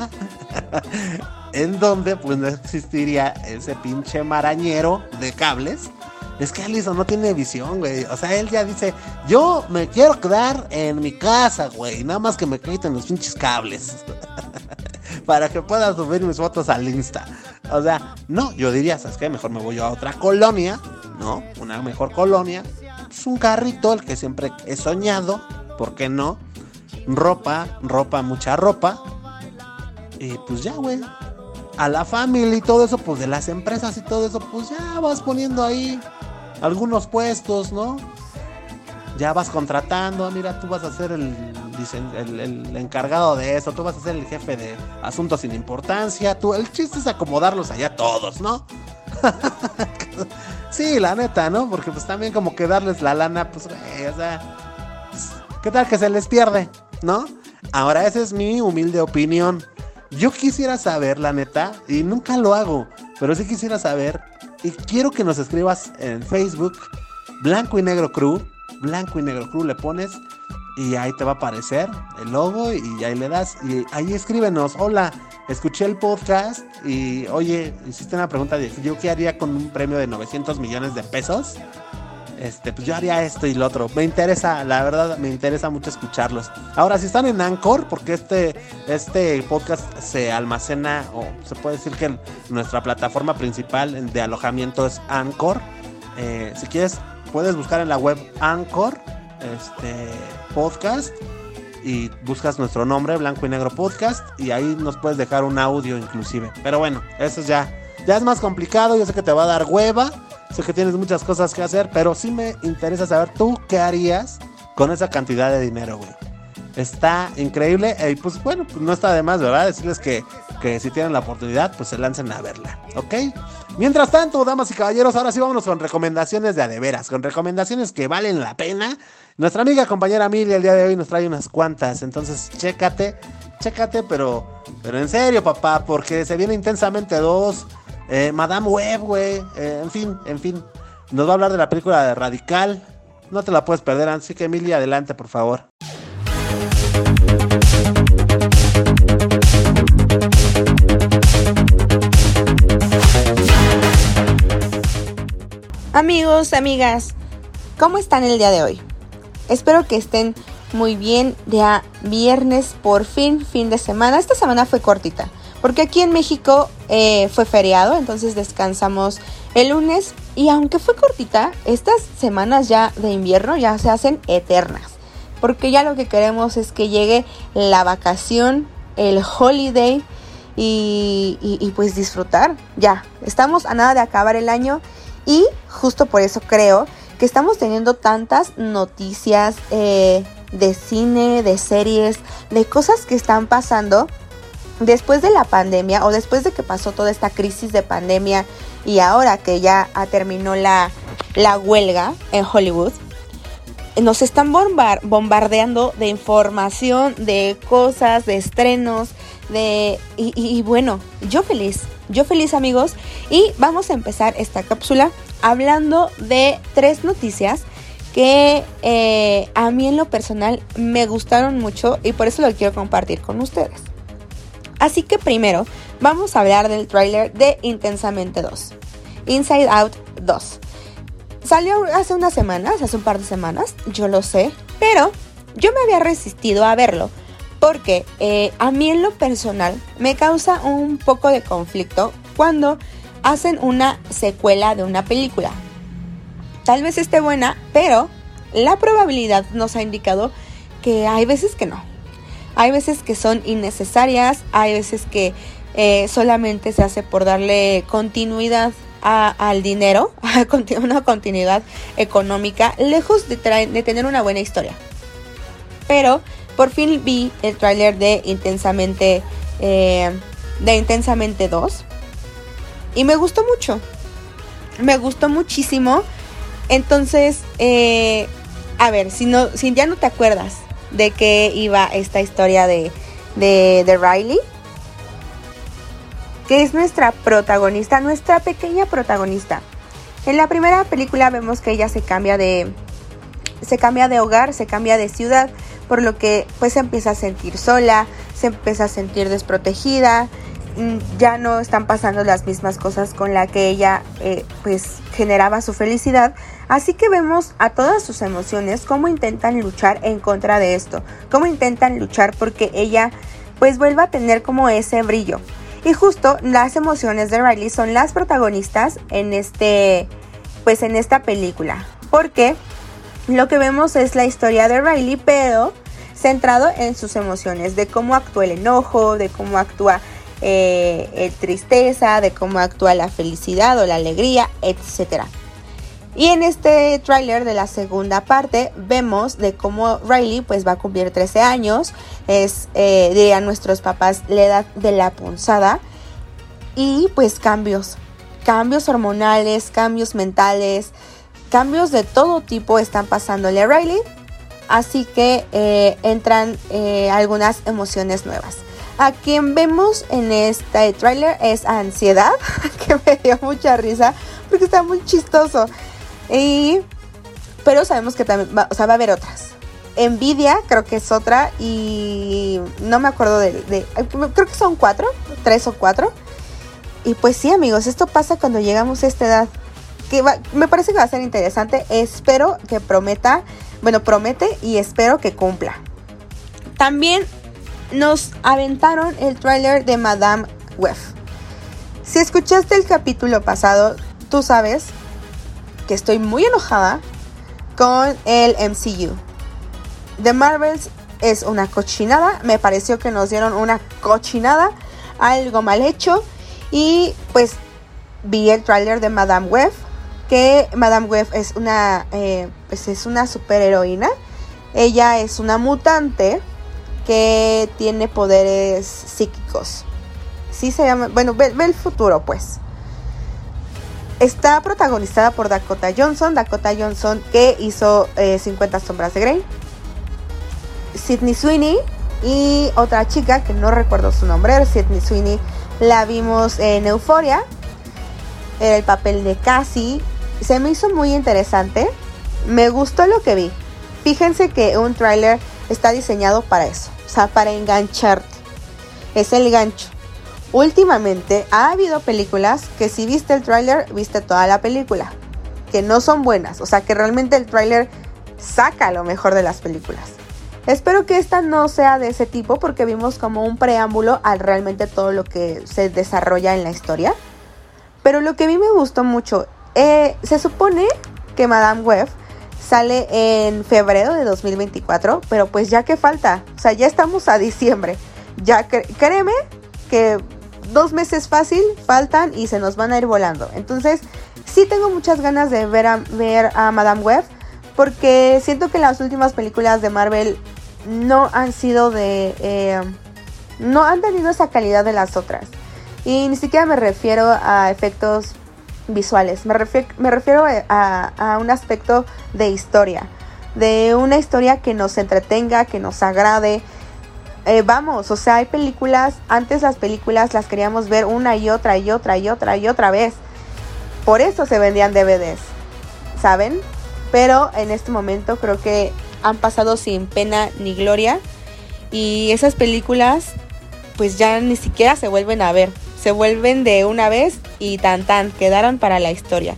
en donde pues no existiría ese pinche marañero de cables. Es que Allison no tiene visión, güey. O sea, él ya dice, yo me quiero quedar en mi casa, güey. Nada más que me quiten los pinches cables. para que pueda subir mis fotos al Insta. O sea, no, yo diría, ¿sabes qué? Mejor me voy yo a otra colonia, ¿no? Una mejor colonia. Es un carrito, el que siempre he soñado, ¿por qué no? Ropa, ropa, mucha ropa. Y pues ya, güey. A la familia y todo eso, pues de las empresas y todo eso, pues ya vas poniendo ahí algunos puestos, ¿no? Ya vas contratando, mira, tú vas a ser el, el, el encargado de eso, tú vas a ser el jefe de asuntos sin importancia, tú, el chiste es acomodarlos allá todos, ¿no? Sí, la neta, ¿no? Porque pues también como que darles la lana, pues, güey, o sea, pues, ¿qué tal que se les pierde, no? Ahora, esa es mi humilde opinión. Yo quisiera saber, la neta, y nunca lo hago, pero sí quisiera saber, y quiero que nos escribas en Facebook, Blanco y Negro Crew, Blanco y Negro Crew le pones, y ahí te va a aparecer el logo, y ahí le das, y ahí escríbenos, hola, escuché el podcast, y oye, hiciste una pregunta de, ¿yo qué haría con un premio de novecientos millones de pesos? Este, pues yo haría esto y lo otro. Me interesa, la verdad, me interesa mucho escucharlos. Ahora, si están en Anchor, porque este, este podcast se almacena, o se puede decir que nuestra plataforma principal de alojamiento es Anchor. Eh, si quieres, puedes buscar en la web Anchor, este, podcast, y buscas nuestro nombre, Blanco y Negro Podcast, y ahí nos puedes dejar un audio inclusive. Pero bueno, eso ya, ya es más complicado, yo sé que te va a dar hueva. Sé que tienes muchas cosas que hacer, pero sí me interesa saber tú qué harías con esa cantidad de dinero, güey. Está increíble y pues bueno, pues no está de más, ¿verdad? Decirles que, que si tienen la oportunidad, pues se lancen a verla, ¿ok? Mientras tanto, damas y caballeros, ahora sí vámonos con recomendaciones de a de veras, con recomendaciones que valen la pena. Nuestra amiga compañera Emilia el día de hoy nos trae unas cuantas, entonces chécate, chécate, pero, pero en serio, papá, porque se viene Intensamente dos. Eh, Madame Web, güey, eh, en fin, en fin, nos va a hablar de la película de Radical, no te la puedes perder, así que Emilia, adelante, por favor. Amigos, amigas, ¿cómo están el día de hoy? Espero que estén muy bien, ya viernes, por fin, fin de semana. Esta semana fue cortita, porque aquí en México eh, fue feriado, entonces descansamos el lunes. Y aunque fue cortita, estas semanas ya de invierno ya se hacen eternas, porque ya lo que queremos es que llegue la vacación, el holiday y, y, y pues disfrutar. Ya, estamos a nada de acabar el año y justo por eso creo que estamos teniendo tantas noticias eh, de cine, de series, de cosas que están pasando después de la pandemia o después de que pasó toda esta crisis de pandemia y ahora que ya terminó la, la huelga en Hollywood. Nos están bombar- bombardeando de información, de cosas, de estrenos, de y, y, y bueno, yo feliz, yo feliz amigos. Y vamos a empezar esta cápsula hablando de tres noticias que eh, a mí en lo personal me gustaron mucho y por eso lo quiero compartir con ustedes. Así que primero vamos a hablar del tráiler de Intensamente dos, Inside Out dos. Salió hace unas semanas, hace un par de semanas, yo lo sé, pero yo me había resistido a verlo porque eh, a mí en lo personal me causa un poco de conflicto cuando hacen una secuela de una película. Tal vez esté buena, pero la probabilidad nos ha indicado que hay veces que no. Hay veces que son innecesarias, hay veces que eh, solamente se hace por darle continuidad a, al dinero, a una continuidad económica, lejos de, tra- de tener una buena historia. Pero por fin vi el tráiler de Intensamente, eh, de Intensamente dos y me gustó mucho, me gustó muchísimo. Entonces, eh, a ver, si, no, si ya no te acuerdas de qué iba esta historia de, de, de Riley, que es nuestra protagonista, nuestra pequeña protagonista. En la primera película vemos que ella se cambia de, se cambia de hogar, se cambia de ciudad, por lo que pues se empieza a sentir sola, se empieza a sentir desprotegida, ya no están pasando las mismas cosas con las que ella eh, pues generaba su felicidad. Así que vemos a todas sus emociones cómo intentan luchar en contra de esto, cómo intentan luchar porque ella pues vuelva a tener como ese brillo. Y justo las emociones de Riley son las protagonistas en este, pues en esta película, porque lo que vemos es la historia de Riley, pero centrado en sus emociones, de cómo actúa el enojo, de cómo actúa eh, el tristeza, de cómo actúa la felicidad o la alegría, etcétera. Y en este tráiler de la segunda parte vemos de cómo Riley pues va a cumplir trece años, es, eh, dirían nuestros papás, la edad de la punzada, y pues cambios, cambios hormonales, cambios mentales, cambios de todo tipo están pasándole a Riley, así que eh, entran eh, algunas emociones nuevas. A quien vemos en este tráiler es a Ansiedad, que me dio mucha risa porque está muy chistoso. Y, pero sabemos que también va, o sea, va a haber otras. Envidia creo que es otra y no me acuerdo de, de... Creo que son cuatro, tres o cuatro. Y pues sí, amigos, esto pasa cuando llegamos a esta edad. Que va, me parece que va a ser interesante. Espero que prometa, bueno, promete y espero que cumpla. También nos aventaron el tráiler de Madame Web. Si escuchaste el capítulo pasado, tú sabes que estoy muy enojada con el M C U. The Marvels es una cochinada. Me pareció que nos dieron una cochinada, algo mal hecho. Y pues vi el tráiler de Madame Web, que Madame Web es una, eh, pues es una superheroína. Ella es una mutante que tiene poderes psíquicos. Sí se llama, bueno, ve, ve el futuro pues. Está protagonizada por Dakota Johnson, Dakota Johnson que hizo eh, cincuenta sombras de Grey, Sydney Sweeney y otra chica que no recuerdo su nombre. Sydney Sweeney la vimos en Euphoria, era el papel de Cassie. Se me hizo muy interesante, me gustó lo que vi. Fíjense que un tráiler está diseñado para eso, o sea, para engancharte, es el gancho. Últimamente ha habido películas que si viste el tráiler, viste toda la película, que no son buenas, o sea que realmente el tráiler saca lo mejor de las películas. Espero que esta no sea de ese tipo porque vimos como un preámbulo a realmente todo lo que se desarrolla en la historia. Pero lo que a mí me gustó mucho, eh, se supone que Madame Web sale en febrero de dos mil veinticuatro, pero pues ya que falta, o sea ya estamos a diciembre, ya cre- créeme que dos meses fácil faltan y se nos van a ir volando. Entonces sí tengo muchas ganas de ver a, ver a Madame Web, porque siento que las últimas películas de Marvel no han sido de eh, no han tenido esa calidad de las otras, y ni siquiera me refiero a efectos visuales, me, refiero, me refiero a, a un aspecto de historia, de una historia que nos entretenga, que nos agrade. Eh, vamos, o sea, hay películas, antes las películas las queríamos ver una y otra y otra y otra y otra vez. Por eso se vendían D V Ds, ¿saben? Pero en este momento creo que han pasado sin pena ni gloria. Y esas películas pues ya ni siquiera se vuelven a ver. Se vuelven de una vez y tan tan, quedaron para la historia.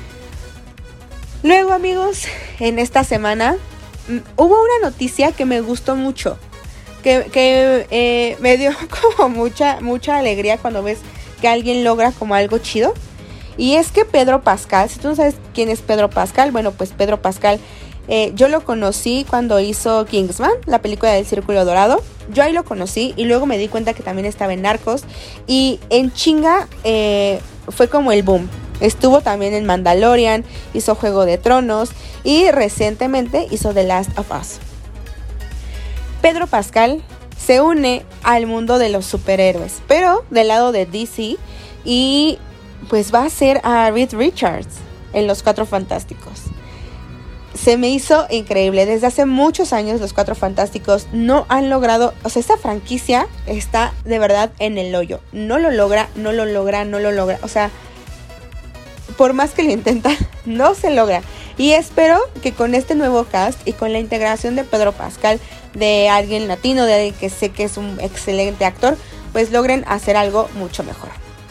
Luego, amigos, en esta semana m- hubo una noticia que me gustó mucho. Que, que eh, me dio como mucha, mucha alegría cuando ves que alguien logra como algo chido. Y es que Pedro Pascal, si tú no sabes quién es Pedro Pascal, bueno, pues Pedro Pascal, eh, yo lo conocí cuando hizo Kingsman, la película del Círculo Dorado. Yo ahí lo conocí y luego me di cuenta que también estaba en Narcos. Y en chinga eh, fue como el boom. Estuvo también en Mandalorian, hizo Juego de Tronos y recientemente hizo The Last of Us. Pedro Pascal se une al mundo de los superhéroes, pero del lado de D C, y pues va a ser a Reed Richards en Los Cuatro Fantásticos. Se me hizo increíble. Desde hace muchos años los Cuatro Fantásticos no han logrado, o sea, esta franquicia está de verdad en el hoyo. No lo logra, no lo logra, no lo logra. O sea, por más que lo intenta, no se logra. Y espero que con este nuevo cast y con la integración de Pedro Pascal, de alguien latino, de alguien que sé que es un excelente actor, pues logren hacer algo mucho mejor.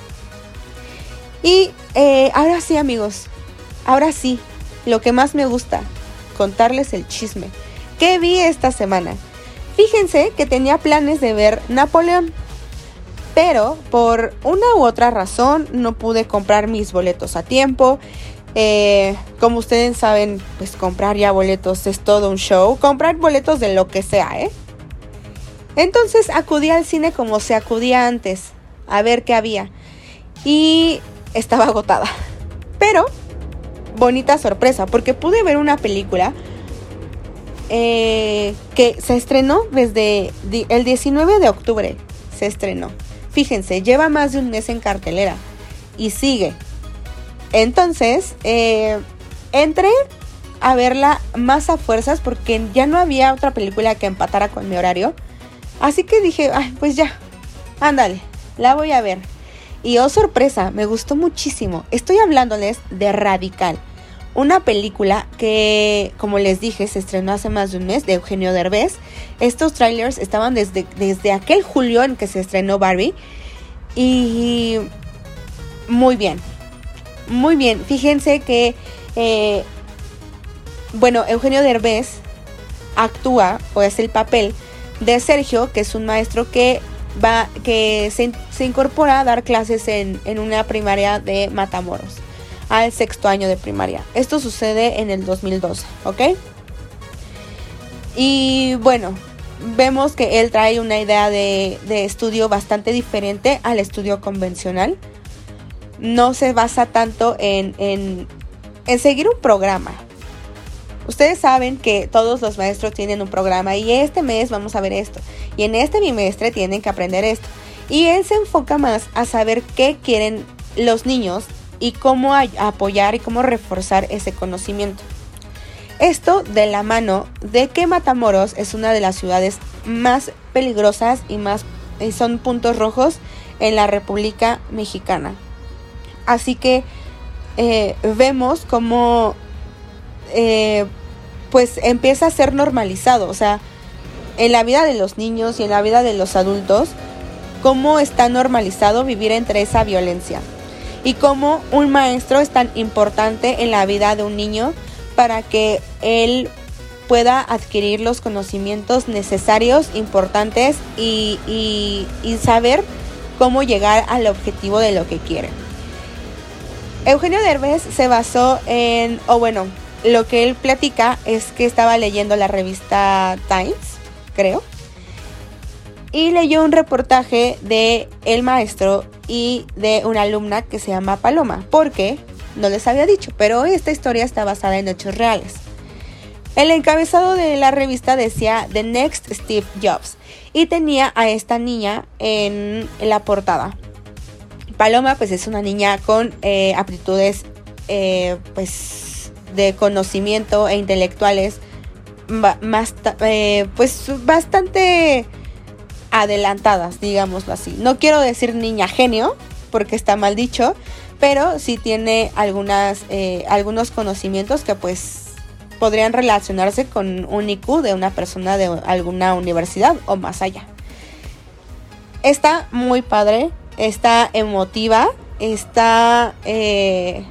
Y eh, ahora sí, amigos, ahora sí, lo que más me gusta, contarles el chisme. ¿Qué vi esta semana? Fíjense Fíjense que tenía planes de ver Napoleón, pero por una u otra razón no pude comprar mis boletos a tiempo. Eh, como ustedes saben, pues comprar ya boletos es todo un show. Comprar boletos de lo que sea, ¿eh? Entonces acudí al cine como se acudía antes, a ver qué había. Y estaba agotada. Pero, bonita sorpresa, porque pude ver una película eh, que se estrenó desde el diecinueve de octubre. Se estrenó. Fíjense, lleva más de un mes en cartelera y sigue. Entonces, eh, entré a verla más a fuerzas porque ya no había otra película que empatara con mi horario. Así que dije, ay, pues ya, ándale, la voy a ver. Y oh sorpresa, me gustó muchísimo. Estoy hablándoles de Radical, una película que, como les dije, se estrenó hace más de un mes, de Eugenio Derbez. Estos trailers estaban desde, desde aquel julio en que se estrenó Barbie. Y muy bien, muy bien. Fíjense que, eh, bueno, Eugenio Derbez actúa, o es el papel de Sergio, que es un maestro que va, que se, se incorpora a dar clases en, en una primaria de Matamoros, al sexto año de primaria. Esto sucede en el dos mil doce, ¿ok? Y bueno, vemos que él trae una idea de, de estudio bastante diferente al estudio convencional. No se basa tanto en, en, en seguir un programa. Ustedes saben que todos los maestros tienen un programa y este mes vamos a ver esto. Y en este bimestre tienen que aprender esto. Y él se enfoca más a saber qué quieren los niños y cómo a- apoyar y cómo reforzar ese conocimiento. Esto de la mano de que Matamoros es una de las ciudades más peligrosas y más y son puntos rojos en la República Mexicana. Así que eh, vemos cómo eh, pues empieza a ser normalizado, o sea, en la vida de los niños y en la vida de los adultos, cómo está normalizado vivir entre esa violencia y cómo un maestro es tan importante en la vida de un niño para que él pueda adquirir los conocimientos necesarios, importantes y, y, y saber cómo llegar al objetivo de lo que quiere. Eugenio Derbez se basó en, o bueno, lo que él platica es que estaba leyendo la revista Times, creo, y leyó un reportaje de el maestro y de una alumna que se llama Paloma, porque no les había dicho, pero esta historia está basada en hechos reales. El encabezado de la revista decía The Next Steve Jobs y tenía a esta niña en la portada. Paloma pues es una niña con eh, aptitudes eh, pues de conocimiento e intelectuales ba- más, eh, pues bastante adelantadas, digámoslo así. No quiero decir niña genio porque está mal dicho, pero sí tiene algunas eh, algunos conocimientos que pues podrían relacionarse con un I Q de una persona de alguna universidad o más allá. Está muy padre, está emotiva, está eh,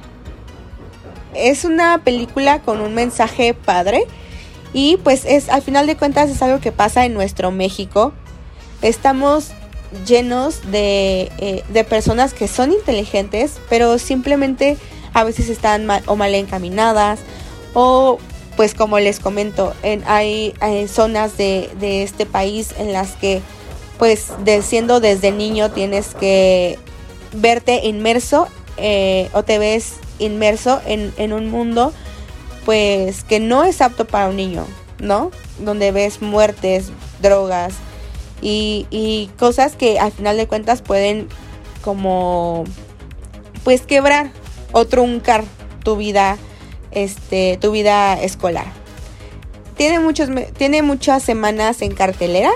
es una película con un mensaje padre y pues es al final de cuentas es algo que pasa en nuestro México. Estamos llenos de, eh, de personas que son inteligentes, pero simplemente a veces están mal, o mal encaminadas, o pues como les comento, en, hay, hay zonas de, de este país en las que pues de, siendo desde niño tienes que verte inmerso eh, o te ves inmerso en, en un mundo pues que no es apto para un niño, ¿no? Donde ves muertes, drogas, Y, y cosas que al final de cuentas pueden como pues quebrar o truncar tu vida este tu vida escolar. Tiene muchos tiene muchas semanas en cartelera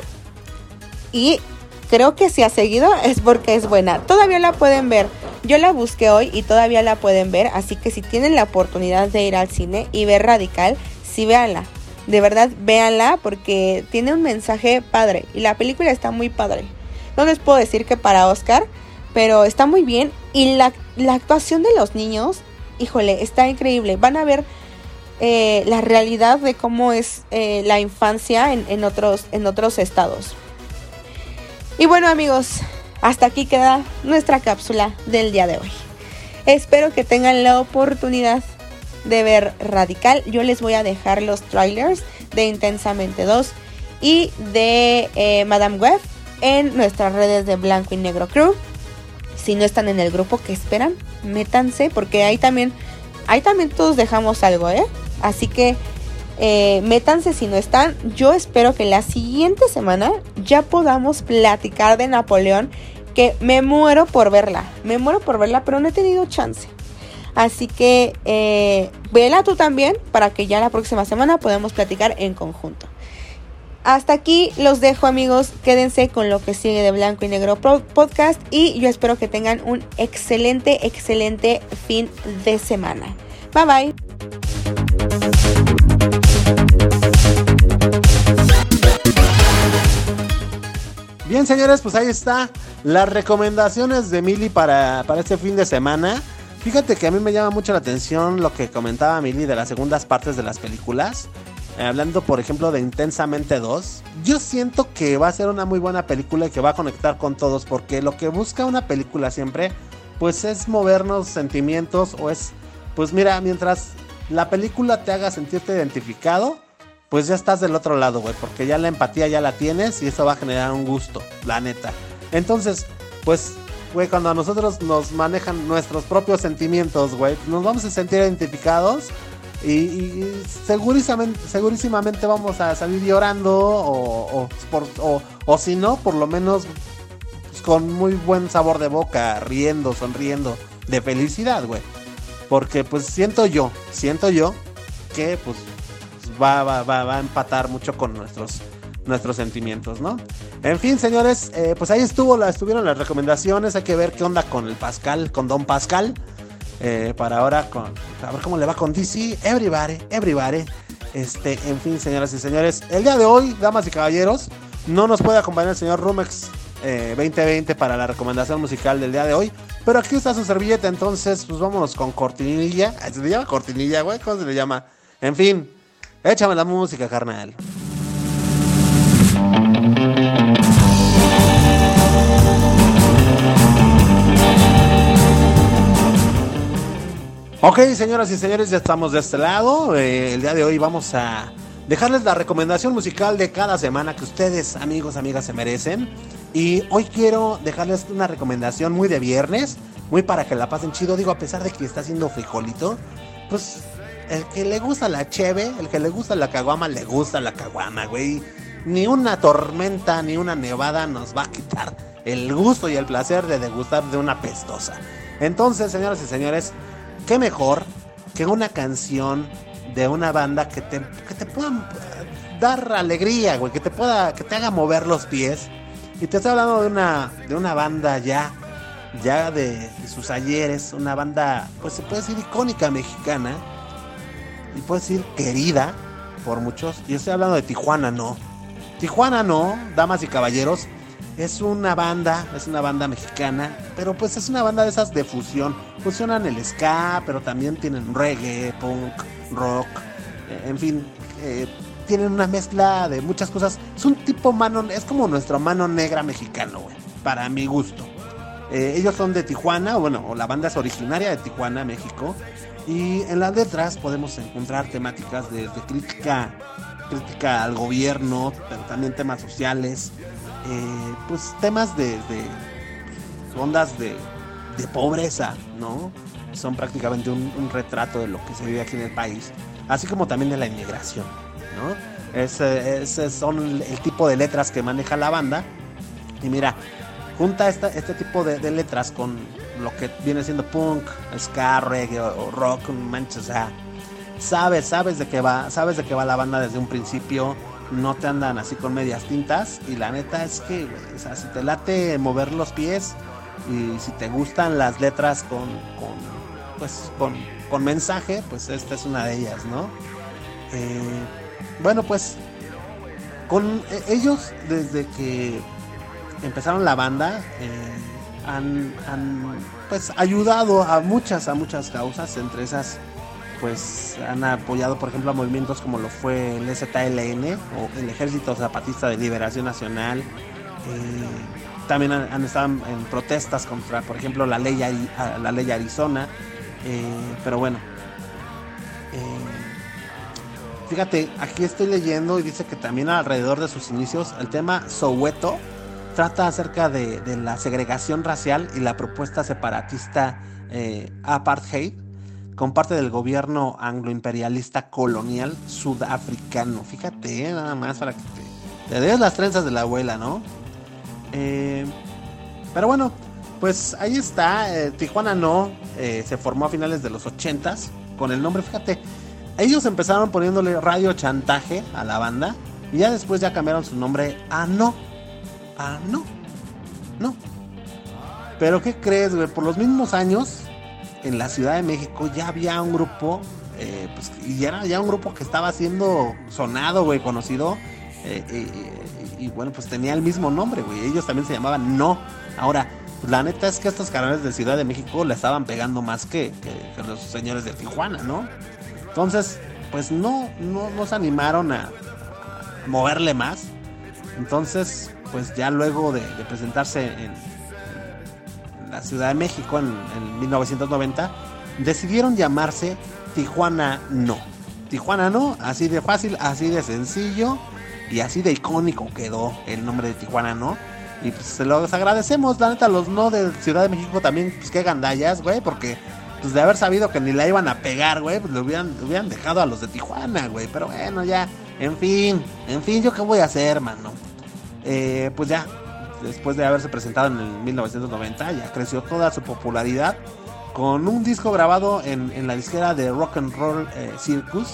y creo que si ha seguido es porque es buena. Todavía la pueden ver. Yo la busqué hoy y todavía la pueden ver, así que si tienen la oportunidad de ir al cine y ver Radical, sí véanla. De verdad, véanla porque tiene un mensaje padre y la película está muy padre. No les puedo decir que para Oscar, pero está muy bien y la, la actuación de los niños, híjole, está increíble. Van a ver eh, la realidad de cómo es eh, la infancia en, en, otros, en otros estados. Y bueno, amigos, hasta aquí queda nuestra cápsula del día de hoy. Espero que tengan la oportunidad de ver Radical. Yo les voy a dejar los trailers de Intensamente dos y de eh, Madame Web en nuestras redes de Blanco y Negro Crew. Si no están en el grupo, ¿qué esperan? Métanse, porque ahí también, ahí también todos dejamos algo, ¿eh? Así que eh, métanse si no están. Yo espero que la siguiente semana ya podamos platicar de Napoleón, que me muero por verla, me muero por verla, pero no he tenido chance. Así que eh, vela tú también, para que ya la próxima semana podamos platicar en conjunto. Hasta aquí los dejo, amigos. Quédense con lo que sigue de Blanco y Negro Podcast. Y yo espero que tengan un excelente, excelente fin de semana. Bye bye. Bien, señores, pues ahí está las recomendaciones de Mili para, para este fin de semana. Fíjate que a mí me llama mucho la atención lo que comentaba Mili de las segundas partes de las películas. Eh, hablando, por ejemplo, de Intensamente dos. Yo siento que va a ser una muy buena película y que va a conectar con todos, porque lo que busca una película siempre, pues es movernos sentimientos, o es, pues mira, mientras la película te haga sentirte identificado, pues ya estás del otro lado, güey, porque ya la empatía ya la tienes y eso va a generar un gusto, la neta. Entonces, pues, güey, cuando a nosotros nos manejan nuestros propios sentimientos, güey, nos vamos a sentir identificados. Y, y segurísimamente, segurísimamente vamos a salir llorando o, o, por, o, o si no, por lo menos pues, con muy buen sabor de boca, riendo, sonriendo de felicidad, güey. Porque pues siento yo, siento yo que pues va, va, va, va a empatar mucho con nuestros, nuestros sentimientos, ¿no? En fin, señores, eh, pues ahí estuvo, la, estuvieron las recomendaciones. Hay que ver qué onda con el Pascal, con Don Pascal. Eh, para ahora, con, a ver cómo le va con D C, everybody, everybody. Este, en fin, señoras y señores, el día de hoy, damas y caballeros, no nos puede acompañar el señor Rumex eh, veinte veinte para la recomendación musical del día de hoy. Pero aquí está su servilleta, entonces, pues vámonos con cortinilla. ¿Se le llama cortinilla, güey? ¿Cómo se le llama? En fin, échame la música, carnal. Ok, señoras y señores, ya estamos de este lado. Eh, el día de hoy vamos a dejarles la recomendación musical de cada semana que ustedes, amigos, amigas, se merecen. Y hoy quiero dejarles una recomendación muy de viernes, muy para que la pasen chido. Digo, a pesar de que está haciendo frijolito, pues el que le gusta la cheve, el que le gusta la caguama, le gusta la caguama, güey. Ni una tormenta, ni una nevada nos va a quitar el gusto y el placer de degustar de una pestosa. Entonces, señoras y señores, qué mejor que una canción de una banda que te, que te pueda dar alegría, güey, que te pueda, que te haga mover los pies. Y te estoy hablando de una, de una banda ya, ya de, de sus ayeres, una banda, pues se puede decir icónica mexicana, y puede decir querida por muchos. Y estoy hablando de Tijuana No. Tijuana No, damas y caballeros, es una banda, es una banda mexicana, pero pues es una banda de esas de fusión. Fusionan el ska, pero también tienen reggae, punk, rock, eh, en fin, eh, tienen una mezcla de muchas cosas. Es un tipo mano, es como nuestro Mano Negra mexicano, güey, para mi gusto. Eh, ellos son de Tijuana, bueno, o la banda es originaria de Tijuana, México, y en las letras podemos encontrar temáticas de, de crítica, crítica al gobierno, pero también temas sociales. Eh, pues temas de, de ondas de, de pobreza, ¿no? Son prácticamente un, un retrato de lo que se vive aquí en el país, así como también de la inmigración, ¿no? Ese, ese son el, el tipo de letras que maneja la banda. Y mira, junta esta, este tipo de, de letras con lo que viene siendo punk, ska, reggae o, o rock, manches, o sea, sabes, sabes de qué va, sabes de qué va la banda desde un principio. No te andan así con medias tintas. Y la neta es que, güey, o sea, si te late mover los pies y si te gustan las letras con, con pues con, con mensaje, pues esta es una de ellas, ¿no? Eh, bueno, pues con eh, ellos desde que empezaron la banda eh, han, han pues ayudado a muchas, a muchas causas. Entre esas pues han apoyado, por ejemplo, a movimientos como lo fue el E Z L N o el Ejército Zapatista de Liberación Nacional. Eh, también han, han estado en protestas contra, por ejemplo, la ley, la ley Arizona. Eh, pero bueno, eh, fíjate, aquí estoy leyendo y dice que también alrededor de sus inicios el tema Soweto trata acerca de, de la segregación racial y la propuesta separatista eh, apartheid con parte del gobierno angloimperialista colonial sudafricano. Fíjate, eh, nada más para que te, te des las trenzas de la abuela, ¿no? Eh, pero bueno, pues ahí está. eh, Tijuana No eh, se formó a finales de los ochentas con el nombre, fíjate, ellos empezaron poniéndole Radio Chantaje a la banda y ya después ya cambiaron su nombre a No. A No. No. Pero ¿qué crees, güey? Por los mismos años en la Ciudad de México ya había un grupo, eh, pues, y era ya un grupo que estaba siendo sonado, güey, conocido, eh, eh, y, y bueno, pues tenía el mismo nombre, güey. Ellos también se llamaban No. Ahora, pues, la neta es que estos canales de Ciudad de México le estaban pegando más que, que, que los señores de Tijuana, ¿no? Entonces, pues no, no, no se animaron a, a moverle más. Entonces, pues ya luego de, de presentarse en, en la Ciudad de México en, en mil novecientos noventa, decidieron llamarse Tijuana No. Tijuana No, así de fácil, así de sencillo y así de icónico quedó el nombre de Tijuana No. Y pues se los agradecemos, la neta, los No de Ciudad de México también, pues qué gandallas, güey, porque pues de haber sabido que ni la iban a pegar, güey, pues le hubieran, le hubieran dejado a los de Tijuana, güey. Pero bueno, ya, en fin, en fin, ¿yo qué voy a hacer, mano? Eh, pues ya, después de haberse presentado en el mil novecientos noventa, ya creció toda su popularidad con un disco grabado en, en la disquera de Rock and Roll eh, Circus.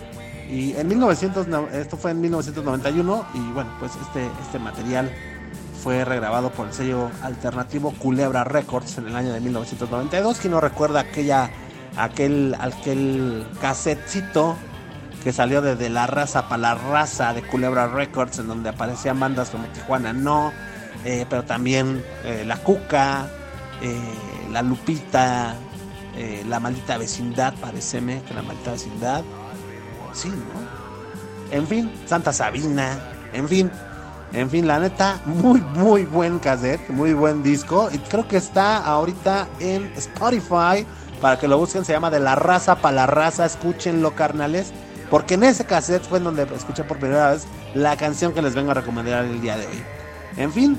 Y en mil novecientos, esto fue en mil novecientos noventa y uno, y bueno, pues este, este material fue regrabado por el sello alternativo Culebra Records en el año de mil novecientos noventa y dos. Quien no recuerda aquella, aquel, aquel casetcito que salió de, de La Raza para la Raza de Culebra Records, en donde aparecían bandas como Tijuana No, eh, pero también eh, La Cuca, eh, La Lupita, eh, La Maldita Vecindad, pareceme que La Maldita Vecindad, sí, ¿no? En fin, Santa Sabina, en fin. En fin, la neta, muy, muy buen cassette, muy buen disco. Y creo que está ahorita en Spotify, para que lo busquen. Se llama De la Raza para la Raza. Escúchenlo, carnales, porque en ese cassette fue en donde escuché por primera vez la canción que les vengo a recomendar el día de hoy. En fin,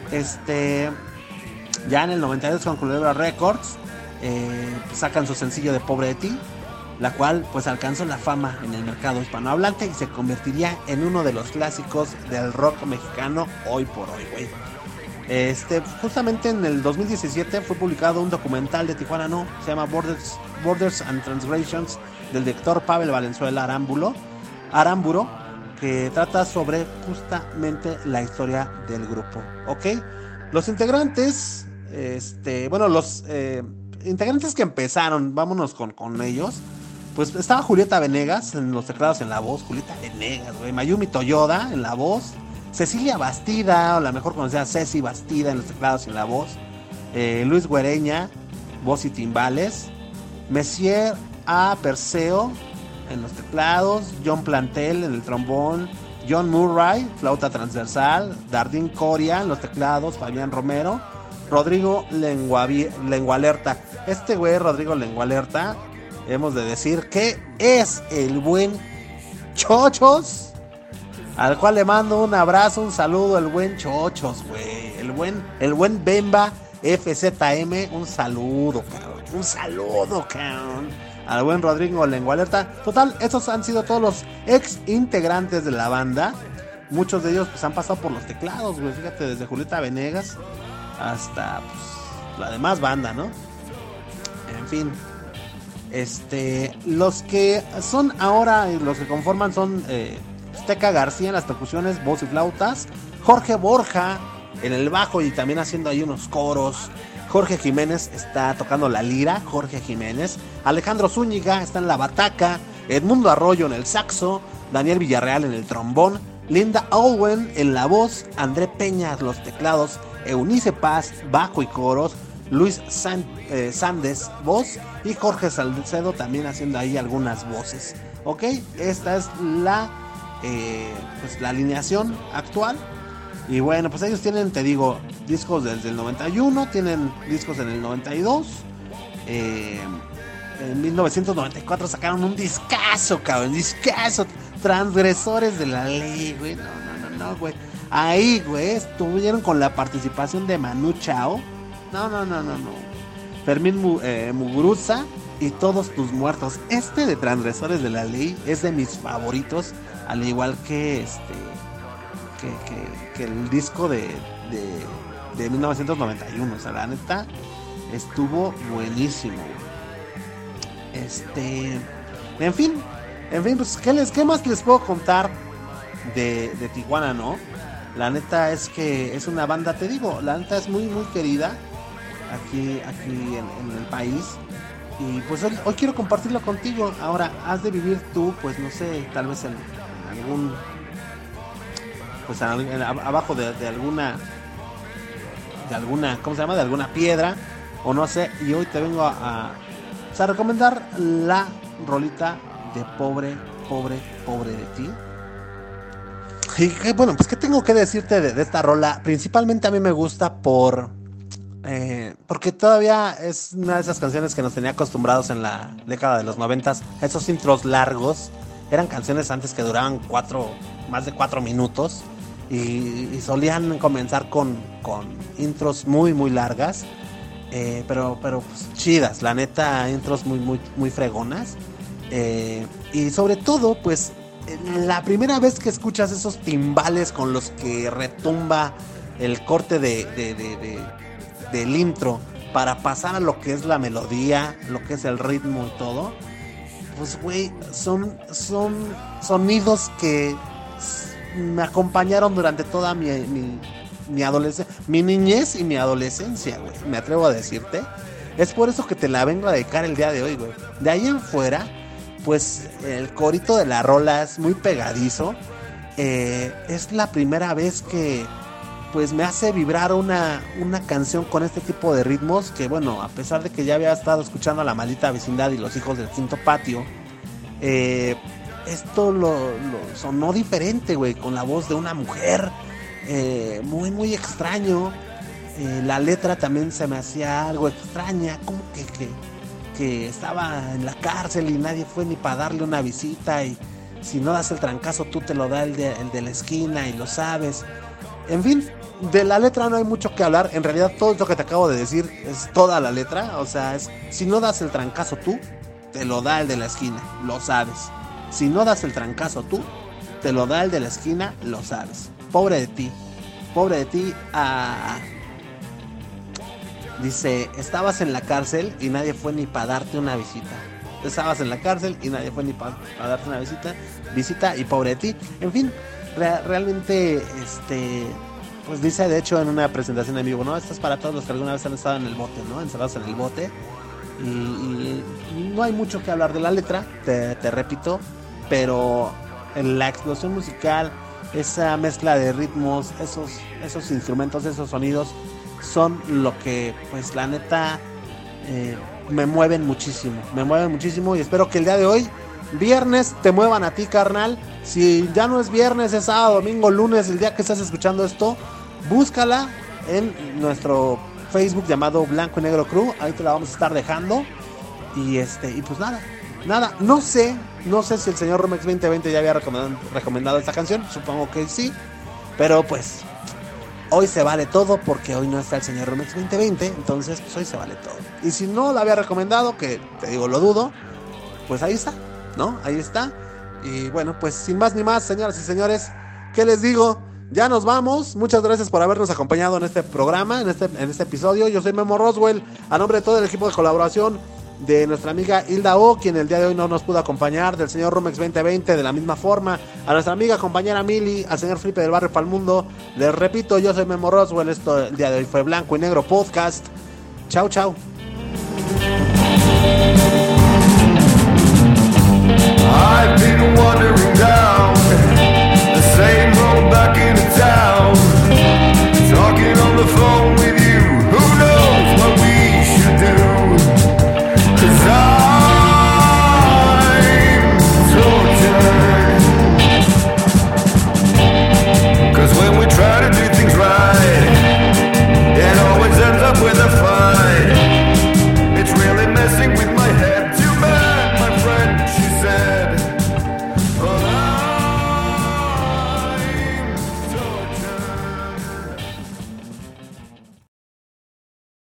este ya en el noventa y dos con Culebra Records eh, sacan su sencillo de Pobre de Ti, la cual pues alcanzó la fama en el mercado hispanohablante y se convertiría en uno de los clásicos del rock mexicano hoy por hoy, güey. Este, justamente en el dos mil diecisiete fue publicado un documental de Tijuana No, se llama Borders, Borders and Transgressions, del director Pavel Valenzuela Arámbulo, Aramburo, que trata sobre justamente la historia del grupo, ¿ok? Los integrantes, este, bueno, los eh, integrantes que empezaron, vámonos con, con ellos. Pues estaba Julieta Venegas en los teclados, en la voz. Julieta Venegas, güey. Mayumi Toyoda en la voz. Cecilia Bastida, o la mejor conocida Ceci Bastida en los teclados y en la voz. Eh, Luis Güereña, voz y timbales. Messier A. Perseo en los teclados. John Plantel en el trombón. John Murray, flauta transversal. Dardín Coria en los teclados. Fabián Romero. Rodrigo Lenguavi- Lengualerta. Este güey, Rodrigo Lengualerta, hemos de decir que es el buen Chochos, al cual le mando un abrazo, un saludo, el buen Chochos, güey, el buen, el buen Bemba F Z M, un saludo, cabrón, un saludo, cabrón, al buen Rodrigo Lengualerta. Total, estos han sido todos los ex integrantes de la banda. Muchos de ellos pues han pasado por los teclados, güey, fíjate, desde Julieta Venegas hasta pues la demás banda, ¿no? En fin, este, los que son ahora, los que conforman son eh, Teca García en las percusiones, voz y flautas, Jorge Borja en el bajo y también haciendo ahí unos coros, Jorge Jiménez está tocando la lira, Jorge Jiménez, Alejandro Zúñiga está en la bataca, Edmundo Arroyo en el saxo, Daniel Villarreal en el trombón, Linda Owen en la voz, André Peña los teclados, Eunice Paz bajo y coros, Luis San, eh, Sandes, voz, y Jorge Salcedo también haciendo ahí algunas voces. Ok, esta es la, eh, pues la alineación actual. Y bueno, pues ellos tienen, te digo, discos desde el noventa y uno, tienen discos en el noventa y dos. Eh, en mil novecientos noventa y cuatro sacaron un discazo, cabrón, discazo. Transgresores de la ley, güey. No, no, no, no, güey. Ahí, güey, estuvieron con la participación de Manu Chao. No, no, no, no, no. Fermín Mu, eh, Muguruza y Todos tus muertos. Este de Transgresores de la ley es de mis favoritos, al igual que este que, que, que el disco de, de, de mil novecientos noventa y uno. O sea, la neta estuvo buenísimo. Este, en fin, en fin, pues ¿qué, les, qué más les puedo contar de, de Tijuana, no? La neta es que es una banda, te digo, la neta es muy, muy querida aquí, aquí en, en el país. Y pues hoy, hoy quiero compartirlo contigo. Ahora, has de vivir tú, pues no sé, tal vez en, en algún, pues en, en, abajo de, de alguna, de alguna, ¿cómo se llama? De alguna piedra, o no sé. Y hoy te vengo a, a, a recomendar la rolita de Pobre, Pobre, Pobre de ti. Y que, bueno, pues qué tengo que decirte de, de esta rola. Principalmente a mí me gusta por eh, porque todavía es una de esas canciones que nos tenía acostumbrados en la década de los noventas. Esos intros largos eran canciones antes que duraban cuatro, más de cuatro minutos y, y solían comenzar con, con intros muy muy largas, eh, pero pero pues, chidas, la neta, intros muy muy muy fregonas, eh, y sobre todo pues la primera vez que escuchas esos timbales con los que retumba el corte de, de, de, de, del intro para pasar a lo que es la melodía, lo que es el ritmo y todo, pues güey, son, son sonidos que me acompañaron durante toda mi, mi, mi adolescencia, mi niñez y mi adolescencia, güey, me atrevo a decirte. Es por eso que te la vengo a dedicar el día de hoy, güey. De ahí en fuera, pues el corito de la rola es muy pegadizo. Eh, es la primera vez que pues me hace vibrar una, una canción con este tipo de ritmos, que bueno, a pesar de que ya había estado escuchando a La Maldita Vecindad y Los Hijos del Quinto Patio, eh, esto lo, lo sonó diferente, güey, con la voz de una mujer, eh, muy muy extraño. Eh, la letra también se me hacía algo extraña, como que, que que estaba en la cárcel y nadie fue ni para darle una visita, y si no das el trancazo tú te lo da el de, el de la esquina y lo sabes. En fin, de la letra no hay mucho que hablar. En realidad todo esto que te acabo de decir es toda la letra. O sea, es si no das el trancazo tú, te lo da el de la esquina, lo sabes. Si no das el trancazo tú, te lo da el de la esquina, lo sabes. Pobre de ti, pobre de ti. Ah, dice, estabas en la cárcel y nadie fue ni para darte una visita. Estabas en la cárcel y nadie fue ni para pa darte una visita. Visita y pobre de ti. En fin, re realmente, este, pues dice de hecho en una presentación en vivo, ¿no? Esto es para todos los que alguna vez han estado en el bote, ¿no? Encerrados en el bote. Y, y no hay mucho que hablar de la letra, te, te repito, pero en la explosión musical, esa mezcla de ritmos, esos, esos instrumentos, esos sonidos, son lo que, pues la neta, eh, me mueven muchísimo, me mueven muchísimo, y espero que el día de hoy, viernes, te muevan a ti, carnal. Si ya no es viernes, es sábado, domingo, lunes, el día que estás escuchando esto, búscala en nuestro Facebook llamado Blanco y Negro Crew, ahí te la vamos a estar dejando. Y este, y pues nada, nada, no sé, no sé si el señor Romex veinte veinte ya había recomendado, recomendado esta canción, supongo que sí, pero pues hoy se vale todo porque hoy no está el señor Romex veinte veinte, entonces pues hoy se vale todo. Y si no la había recomendado, que te digo, lo dudo, pues ahí está, ¿no? Ahí está. Y bueno, pues sin más ni más, señoras y señores, ¿qué les digo? Ya nos vamos. Muchas gracias por habernos acompañado en este programa, en este, en este episodio. Yo soy Memo Roswell, a nombre de todo el equipo de colaboración de nuestra amiga Hilda O, quien el día de hoy no nos pudo acompañar, del señor Romex veinte veinte, de la misma forma, a nuestra amiga compañera Mili, al señor Felipe del Barrio Palmundo. Les repito, yo soy Memo Roswell, esto el día de hoy fue Blanco y Negro Podcast. Chau, chau. I've been wandering down